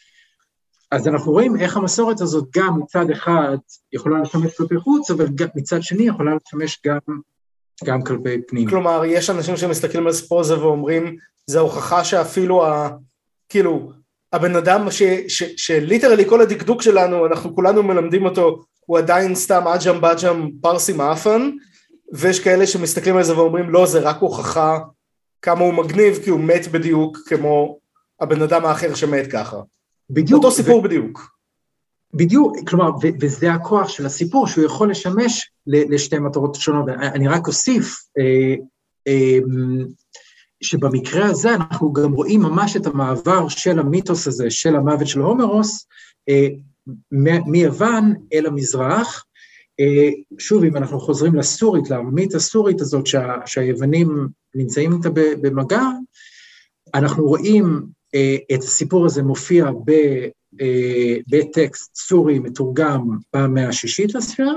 אז אנחנו רואים איך המסורת הזאת גם מצד אחד יכולה לשמש כלפי חוץ, אבל גם, מצד שני יכולה לשמש גם, גם כלפי פנים. כלומר, יש אנשים שמסתכלים על הסיפור הזה ואומרים, זה ההוכחה שאפילו ה... כאילו, הבן אדם ש, ש, שליטרלי כל הדקדוק שלנו, אנחנו כולנו מלמדים אותו, הוא עדיין סתם אג'ם באג'ם פרסי מאפן, ויש כאלה שמסתכלים על זה ואומרים, לא, זה רק הוכחה כמה הוא מגניב, כי הוא מת בדיוק כמו הבן אדם האחר שמת ככה. בדיוק. אותו סיפור ו... בדיוק. בדיוק, כלומר, ו- וזה הכוח של הסיפור, שהוא יכול לשמש לשתי מטרות שונות. אני רק אוסיף, אה, אה, שבמקרה הזה אנחנו גם רואים ממש את המעבר של המיתוס הזה, של המוות של הומרוס, אה, מ- מיוון אל המזרח. אה, שוב, אם אנחנו חוזרים לסורית, לארמית הסורית הזאת, שה- שהיוונים נמצאים איתה במגע, אנחנו רואים אה, את הסיפור הזה מופיע ב... בטקסט סורי מתורגם במאה השישית לספירה,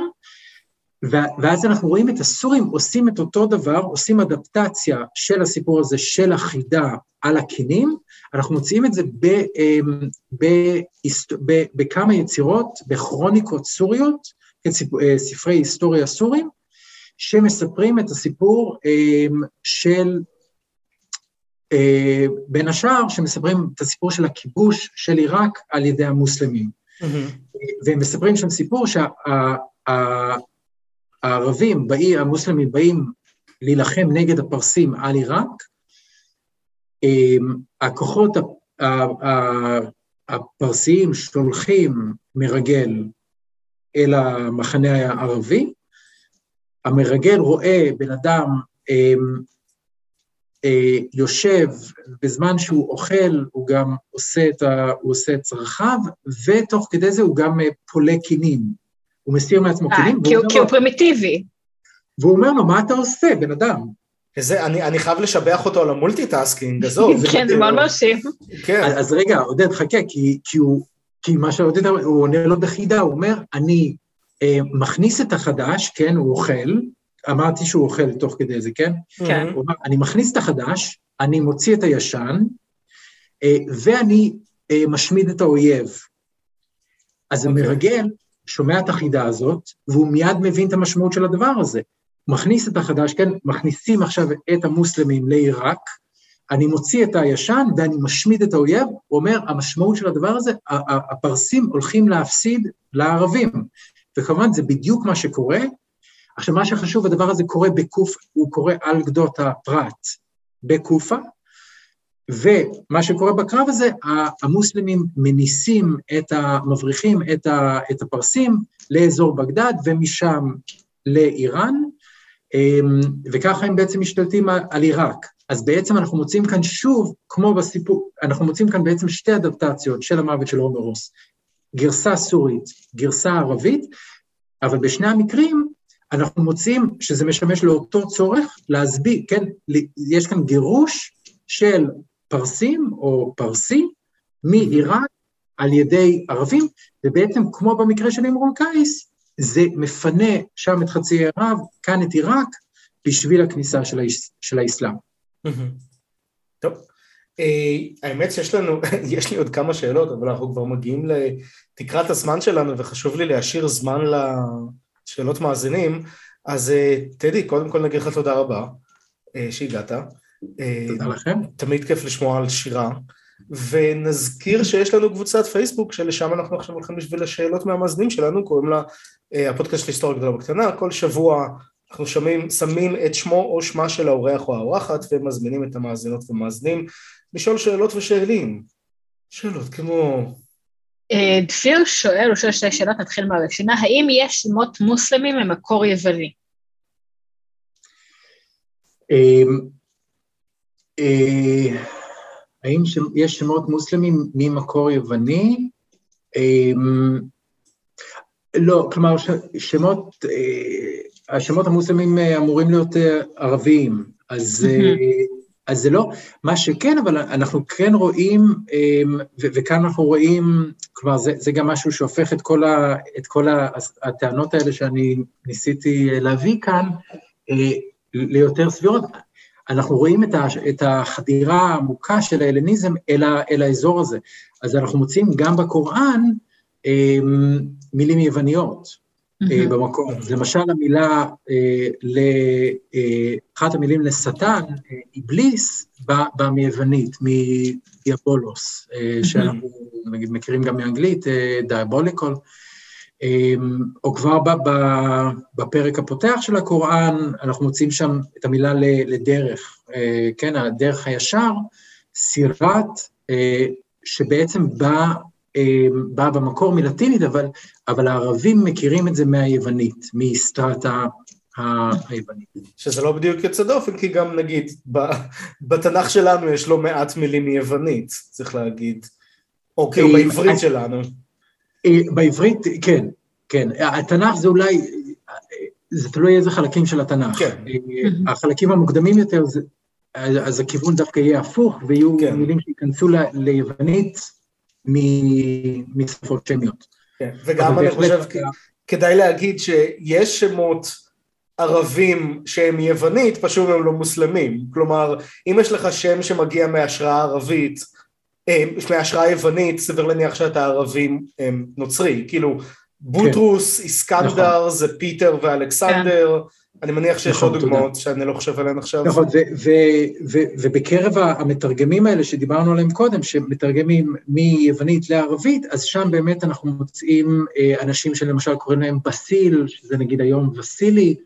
ואז אנחנו רואים את הסורים עושים את אותו דבר, עושים אדפטציה של הסיפור הזה של החידה על הקינים, אנחנו מוצאים את זה ב, ב, ב, בכמה יצירות, בכרוניקות סוריות, ספרי היסטוריה סורים, שמספרים את הסיפור של בין השאר, שמספרים את הסיפור של הכיבוש של עיראק על ידי המוסלמים. והם מספרים שם סיפור שהערבים, המוסלמים באים להילחם נגד הפרסים על עיראק, הכוחות הפרסיים שולחים מרגל אל המחנה הערבי, המרגל רואה בן אדם יושב, בזמן שהוא אוכל, הוא גם עושה את, ה, הוא עושה את צרכיו, ותוך כדי זה הוא גם פולה קינים. הוא מסיר מעצמו קינים. כי, כי הוא פרימיטיבי. והוא אומר לו, מה אתה עושה, בן אדם? זה, אני, אני חייב לשבח אותו על המולטיטאסקינג, עזוב. כן, זה מאוד מרשים. כן. אז, אז רגע, עודד, חכה, כי, כי, הוא, כי מה שעודד, הוא עונה לו בחידה, הוא אומר, אני אה, מכניס את החדש, כן, הוא אוכל, אמרתי שהוא אוכל תוך כדי זה, כן? כן. הוא אומר, אני מכניס את החדש, אני מוציא את הישן, ואני משמיד את האויב. אז המרגל שומע את החידה הזאת, והוא מיד מבין את המשמעות של הדבר הזה. מכניס את החדש, כן, מכניסים עכשיו את המוסלמים לעיראק, אני מוציא את הישן ואני משמיד את האויב, הוא אומר, המשמעות של הדבר הזה, הפרסים הולכים להפסיד לערבים, וכמובן זה בדיוק מה שקורה. עכשיו מה שחשוב, הדבר הזה קורה בקוף, הוא קורה על גדות הפרט בקופה, ומה שקורה בקרב הזה, המוסלמים מניסים את המבריחים, את, ה, את הפרסים לאזור בגדד, ומשם לאיראן, וככה הם בעצם משתלטים על עיראק. אז בעצם אנחנו מוצאים כאן שוב, כמו בסיפור, אנחנו מוצאים כאן בעצם שתי אדפטציות של המוות של הומרוס, גרסה סורית, גרסה ערבית, אבל בשני המקרים אנחנו מוצאים שזה משמש לאותו צורך להסביר, כן, יש כאן גירוש של פרסים או פרסי מעיראק על ידי ערבים, ובעצם כמו במקרה של אמרול קייס, זה מפנה שם את חצי ערב, כאן את עיראק, בשביל הכניסה של, האס, של האסלאם. טוב, האמת שיש לנו, יש לי עוד כמה שאלות, אבל אנחנו כבר מגיעים לתקרת הזמן שלנו, וחשוב לי להשאיר זמן לשאלות מאזינים, אז טדי, קודם כל נגיד לך תודה רבה שהגעת. תודה לכם. תמיד כיף לשמוע על שירה, ונזכיר שיש לנו קבוצת פייסבוק, שלשם אנחנו עכשיו הולכים בשביל השאלות מהמאזינים שלנו, קוראים לה הפודקאסט של היסטוריה גדולה בקטנה, כל שבוע אנחנו שמים, שמים את שמו או שמה של האורח או האורחת, ומזמינים את המאזינות ומאזינים, לשאול שאלות ושאלים. שאלות כמו... דפיר שואל, הוא שואל שתי שאלות, נתחיל מהראשונה, האם יש שמות מוסלמים ממקור יווני? האם יש שמות מוסלמים ממקור יווני? לא, כלומר, שמות, השמות המוסלמים אמורים להיות ערביים, אז, אז זה לא, מה שכן, אבל אנחנו כן רואים, וכאן אנחנו רואים, כלומר, זה, זה גם משהו שהופך את כל, ה, את כל הטענות האלה שאני ניסיתי להביא כאן, ליותר סבירות. אנחנו רואים את, ה, את החדירה העמוקה של ההלניזם אל, ה, אל האזור הזה, אז אנחנו מוצאים גם בקוראן, מילים יווניות mm-hmm. במקום. למשל המילה, אחת המילים לשטן, איבליס, באה מיוונית, מדיאבולוס, mm-hmm. שאנחנו נגיד, מכירים גם מאנגלית, דיאבוליקול, או כבר בפרק הפותח של הקוראן, אנחנו מוצאים שם את המילה לדרך, כן, הדרך הישר, סירת, שבעצם באה, בא במקור מלטינית, אבל, אבל הערבים מכירים את זה מהיוונית, מסטרטה היוונית. שזה לא בדיוק יוצא דופן, כי גם נגיד, בתנ"ך שלנו יש לא מעט מילים מיוונית, צריך להגיד, או כאילו בעברית שלנו. בעברית, כן, כן. התנ"ך זה אולי, זה תלוי איזה חלקים של התנ"ך. כן. החלקים המוקדמים יותר, אז הכיוון דווקא יהיה הפוך, ויהיו מילים שיכנסו ליוונית, משפות שמיות. וגם אני חושב, כדאי להגיד שיש שמות ערבים שהם יוונית, פשוט הם לא מוסלמים. כלומר, אם יש לך שם שמגיע מהשראה ערבית, מהשראה יוונית, סביר להניח שאתה ערבים נוצרי. כאילו, בוטרוס, איסקנדר, זה פיטר ואלכסנדר, אני מניח שיש עוד דוגמאות שאני לא חושב עליהן עכשיו. נכון, ובקרב המתרגמים האלה שדיברנו עליהם קודם, שמתרגמים מיוונית לערבית, אז שם באמת אנחנו מוצאים אנשים שלמשל קוראים להם בסיל, שזה נגיד היום וסילי,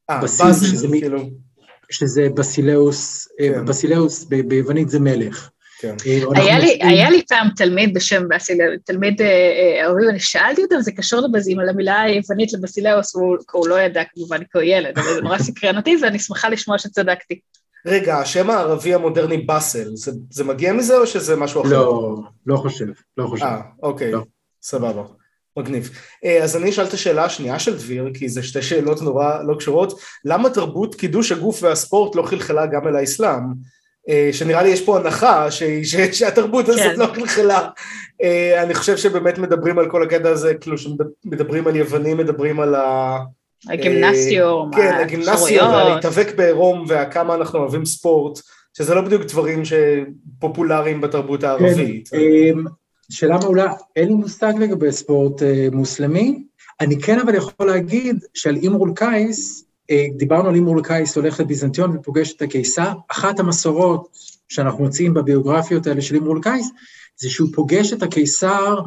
שזה בסילאוס, בסילאוס ביוונית זה מלך. היה לי פעם תלמיד בשם בסילאוס, תלמיד ערבי, ואני שאלתי אותם, זה קשור לבזים, על המילה היוונית לבסילאוס, הוא לא ידע כמובן כמו ילד, אבל זה נורא סקרן אותי, ואני שמחה לשמוע שצדקתי. רגע, השם הערבי המודרני בסל, זה מגיע מזה או שזה משהו אחר? לא, לא חושב, לא חושב. אה, אוקיי, סבבה, מגניב. אז אני אשאל את השאלה השנייה של דביר, כי זה שתי שאלות נורא לא קשורות, למה תרבות קידוש הגוף והספורט לא חלחלה גם אל האסלאם? שנראה לי יש פה הנחה שהתרבות הזאת לא חלחלה. אני חושב שבאמת מדברים על כל הקטע הזה, כאילו שמדברים על יוונים, מדברים על ה... הגימנסיות, כן, הגימנסיות, להתאבק בעירום, וכמה אנחנו אוהבים ספורט, שזה לא בדיוק דברים שפופולריים בתרבות הערבית. שאלה מעולה, אין לי מושג לגבי ספורט מוסלמי, אני כן אבל יכול להגיד שעל אימרול קייס, דיברנו על אימרול קייס הולך לביזנטיון ופוגש את הקיסר, אחת המסורות שאנחנו מוצאים בביוגרפיות האלה של אימרול קייס, זה שהוא פוגש את הקיסר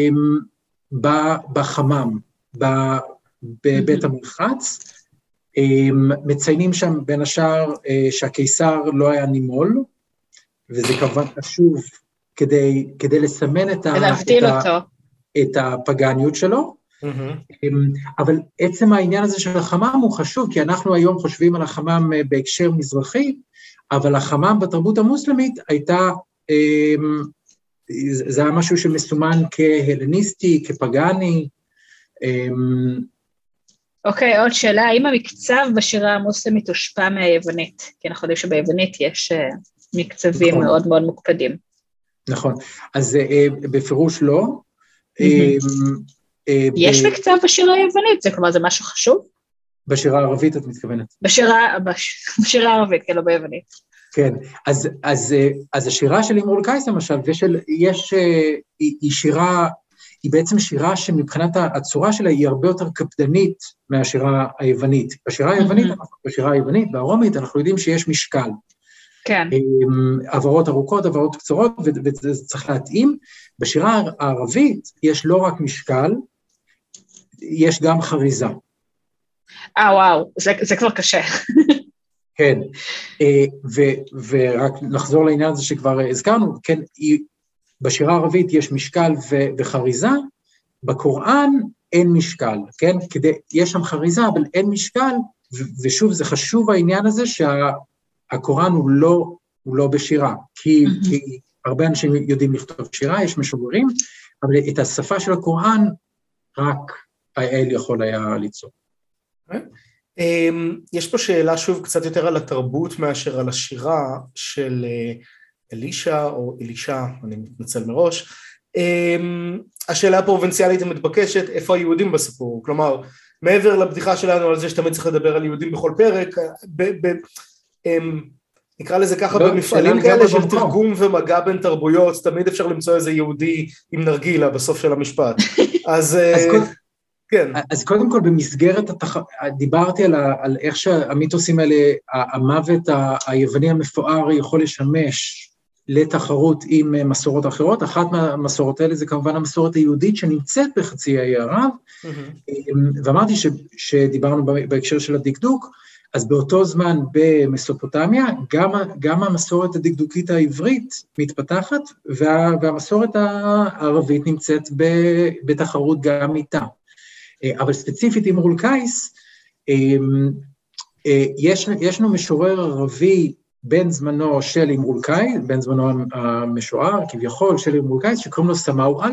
בחמם, בבית המרחץ, מציינים שם בין השאר שהקיסר לא היה נימול, וזה כמובן חשוב כדי, כדי לסמן את, ה, את, ה, את הפגניות שלו, mm-hmm. אבל עצם העניין הזה של החמם הוא חשוב, כי אנחנו היום חושבים על החמם בהקשר מזרחי, אבל החמם בתרבות המוסלמית הייתה, זה היה משהו שמסומן כהלניסטי, כפגני. אוקיי, עוד שאלה, האם המקצב בשירה המוסלמית הושפע מהיוונית? כי אנחנו יודעים שביוונית יש מקצבים נכון. מאוד מאוד מוקפדים. נכון, אז בפירוש לא. יש מקצב בשירה היוונית, זה כלומר זה משהו חשוב? בשירה הערבית את מתכוונת? בשירה, בשירה הערבית, כן, לא ביוונית. כן, אז, אז, אז השירה של אימרול קייס למשל, ושל, יש, היא, היא שירה, היא בעצם שירה שמבחינת הצורה שלה היא הרבה יותר קפדנית מהשירה היוונית. בשירה היוונית, בשירה היוונית, ברומית, אנחנו יודעים שיש משקל. כן. עברות ארוכות, עברות קצרות, וזה צריך להתאים. בשירה הערבית יש לא רק משקל, יש גם חריזה. אה, וואו, זה, זה כבר קשה. כן, ו, ורק נחזור לעניין הזה שכבר הזכרנו, כן, בשירה הערבית יש משקל ו, וחריזה, בקוראן אין משקל, כן, כדי, יש שם חריזה, אבל אין משקל, ו, ושוב, זה חשוב העניין הזה שהקוראן הוא לא, הוא לא בשירה, כי, mm-hmm. כי הרבה אנשים יודעים לכתוב שירה, יש משוררים, אבל את השפה של הקוראן, רק האל יכול היה ליצור. יש פה שאלה שוב קצת יותר על התרבות מאשר על השירה של אלישע או אלישע, אני מתנצל מראש. השאלה הפרובינציאלית המתבקשת, איפה היהודים בסיפור? כלומר, מעבר לבדיחה שלנו על זה שתמיד צריך לדבר על יהודים בכל פרק, ב- ב- נקרא לזה ככה לא, במפעלים כאלה של תרגום ומגע בין תרבויות, תמיד אפשר למצוא איזה יהודי עם נרגילה בסוף של המשפט. אז... אז כל... כן. אז קודם כל במסגרת, התח... דיברתי על, ה... על איך שהמיתוסים האלה, המוות היווני המפואר יכול לשמש לתחרות עם מסורות אחרות, אחת מהמסורות האלה זה כמובן המסורת היהודית שנמצאת בחצי האי ערב, mm-hmm. ואמרתי ש... שדיברנו בהקשר של הדקדוק, אז באותו זמן במסופוטמיה, גם, גם המסורת הדקדוקית העברית מתפתחת, וה... והמסורת הערבית נמצאת ב... בתחרות גם איתה. אבל ספציפית עם אימרול קייס, יש, יש לנו משורר ערבי בין זמנו של אימרול קייס, בין זמנו המשוער, כביכול של אימרול קייס, שקוראים לו סמאואל,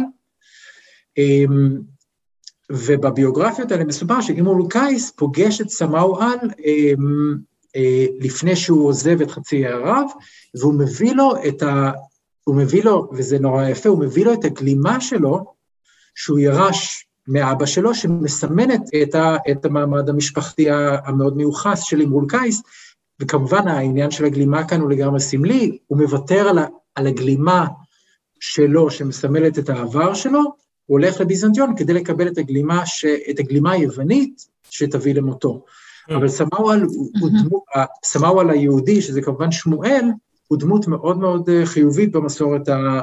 ובביוגרפיות האלה מסופר שאימרול קייס פוגש את סמאואל לפני שהוא עוזב את חצי הערב, והוא מביא לו את ה... הוא מביא לו, וזה נורא יפה, הוא מביא לו את הגלימה שלו, שהוא ירש מאבא שלו, שמסמנת את, ה, את המעמד המשפחתי המאוד מיוחס של אימרול קייס, וכמובן העניין של הגלימה כאן הוא לגמרי סמלי, הוא מוותר על, ה, על הגלימה שלו, שמסמלת את העבר שלו, הוא הולך לביזנטיון כדי לקבל את הגלימה, ש, את הגלימה היוונית שתביא למותו. Mm-hmm. אבל סמאואל, mm-hmm. הוא דמות, סמאואל היהודי, שזה כמובן שמואל, הוא דמות מאוד מאוד חיובית במסורת, ה,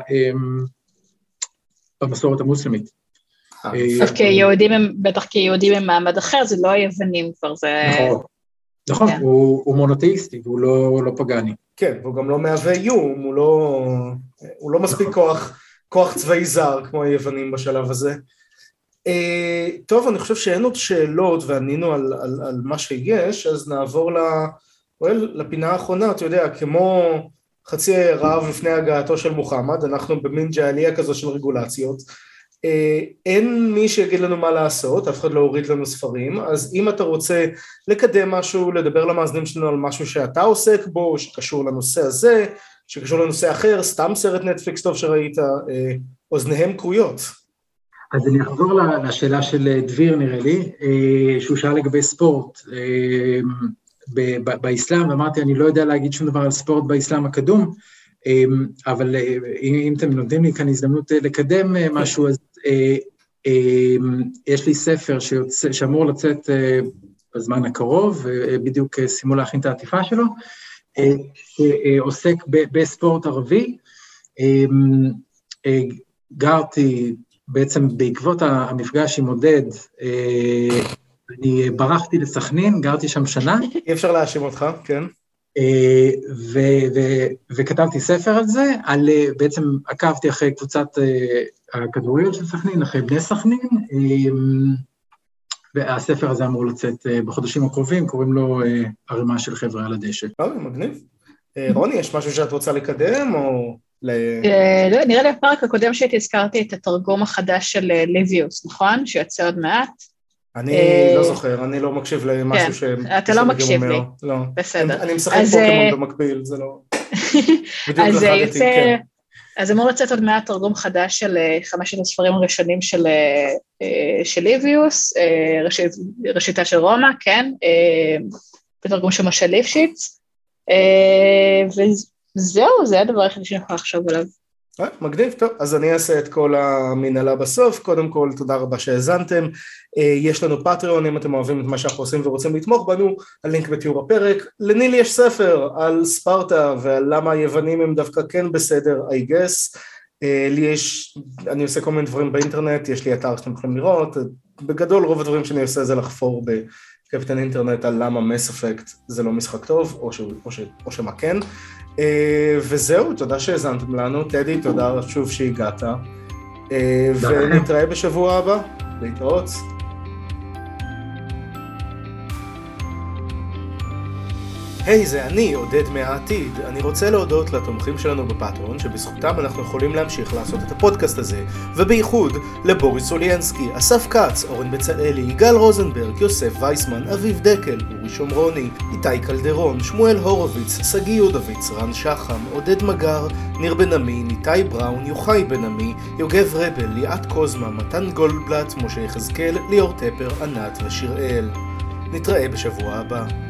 במסורת המוסלמית. אז כיהודים הם, בטח כיהודים הם מעמד אחר, זה לא היוונים כבר, זה... נכון, נכון, הוא מונותאיסטי, הוא לא פגני. כן, והוא גם לא מהווה איום, הוא לא מספיק כוח צבאי זר, כמו היוונים בשלב הזה. טוב, אני חושב שאין עוד שאלות, וענינו על מה שיש, אז נעבור לפינה האחרונה, אתה יודע, כמו חצי רעב לפני הגעתו של מוחמד, אנחנו במין ג'עליה כזו של רגולציות, אין מי שיגיד לנו מה לעשות, אף אחד לא הוריד לנו ספרים, אז אם אתה רוצה לקדם משהו, לדבר למאזינים שלנו על משהו שאתה עוסק בו, שקשור לנושא הזה, שקשור לנושא אחר, סתם סרט נטפליקס טוב שראית, אוזניהם קרויות. אז אני אחזור לשאלה של דביר נראה לי, שהוא שאל לגבי ספורט באסלאם, ואמרתי אני לא יודע להגיד שום דבר על ספורט באסלאם הקדום, אבל אם אתם נותנים לי כאן הזדמנות לקדם משהו, אז יש לי ספר שיוצא, שאמור לצאת בזמן הקרוב, בדיוק שימו להכין את העטיפה שלו, שעוסק בספורט ערבי. גרתי בעצם בעקבות המפגש עם עודד, אני ברחתי לסכנין, גרתי שם שנה. אי אפשר להאשים אותך, כן. וכתבתי ספר על זה, על, בעצם עקבתי אחרי קבוצת הכדורגל של סכנין, אחרי בני סכנין, והספר הזה אמור לצאת בחודשים הקרובים, קוראים לו ערימה של חבר'ה על הדשא. טוב, מגניב. רוני, יש משהו שאת רוצה לקדם, או... נראה לי הפרק הקודם שהייתי הזכרתי את התרגום החדש של ליביוס, נכון? שיוצא עוד מעט. אני לא זוכר, אני לא מקשיב למשהו ש... אתה לא מקשיב לי. לא. בסדר. אני משחק פוקימון במקביל, זה לא... אז יוצא... אז אמור לצאת עוד מעט תרגום חדש של חמשת הספרים הראשונים של, של ליביוס, ראשית, ראשיתה של רומא, כן, בתרגום של משה ליפשיץ, וזהו, זה הדבר היחידי שאני יכולה לחשוב עליו. מגניב, טוב, אז אני אעשה את כל המנהלה בסוף. קודם כל, תודה רבה שהאזנתם. יש לנו פטריון, אם אתם אוהבים את מה שאנחנו עושים ורוצים לתמוך בנו, הלינק בתיאור הפרק. לניל יש ספר על ספרטה ועל למה היוונים הם דווקא כן בסדר, I guess. לי יש, אני עושה כל מיני דברים באינטרנט, יש לי אתר שאתם יכולים לראות. בגדול, רוב הדברים שאני עושה זה לחפור בקפטן אינטרנט על למה מס אפקט זה לא משחק טוב, או, ש, או, ש, או שמה כן. וזהו, תודה שהזנתם לנו, טדי, תודה שוב שהגעת, ונתראה בשבוע הבא, להתראות. היי, hey, זה אני, עודד מהעתיד. אני רוצה להודות לתומכים שלנו בפטריון, שבזכותם אנחנו יכולים להמשיך לעשות את הפודקאסט הזה, ובייחוד לבוריס סוליינסקי, אסף קץ, אורן בצלאלי, יגאל רוזנברג, יוסף וייסמן, אביב דקל, אורי שומרוני, איתי קלדרון, שמואל הורוביץ, סגי יודוביץ, רן שחם, עודד מגר, ניר בן עמי, ניתי בראון, יוחאי בן עמי, יוגב רבל, ליאת קוזמה, מתן גולדבלט, משה יחזקאל, ליאור טפר, ענת ושיראל. נתראה בשבוע הבא.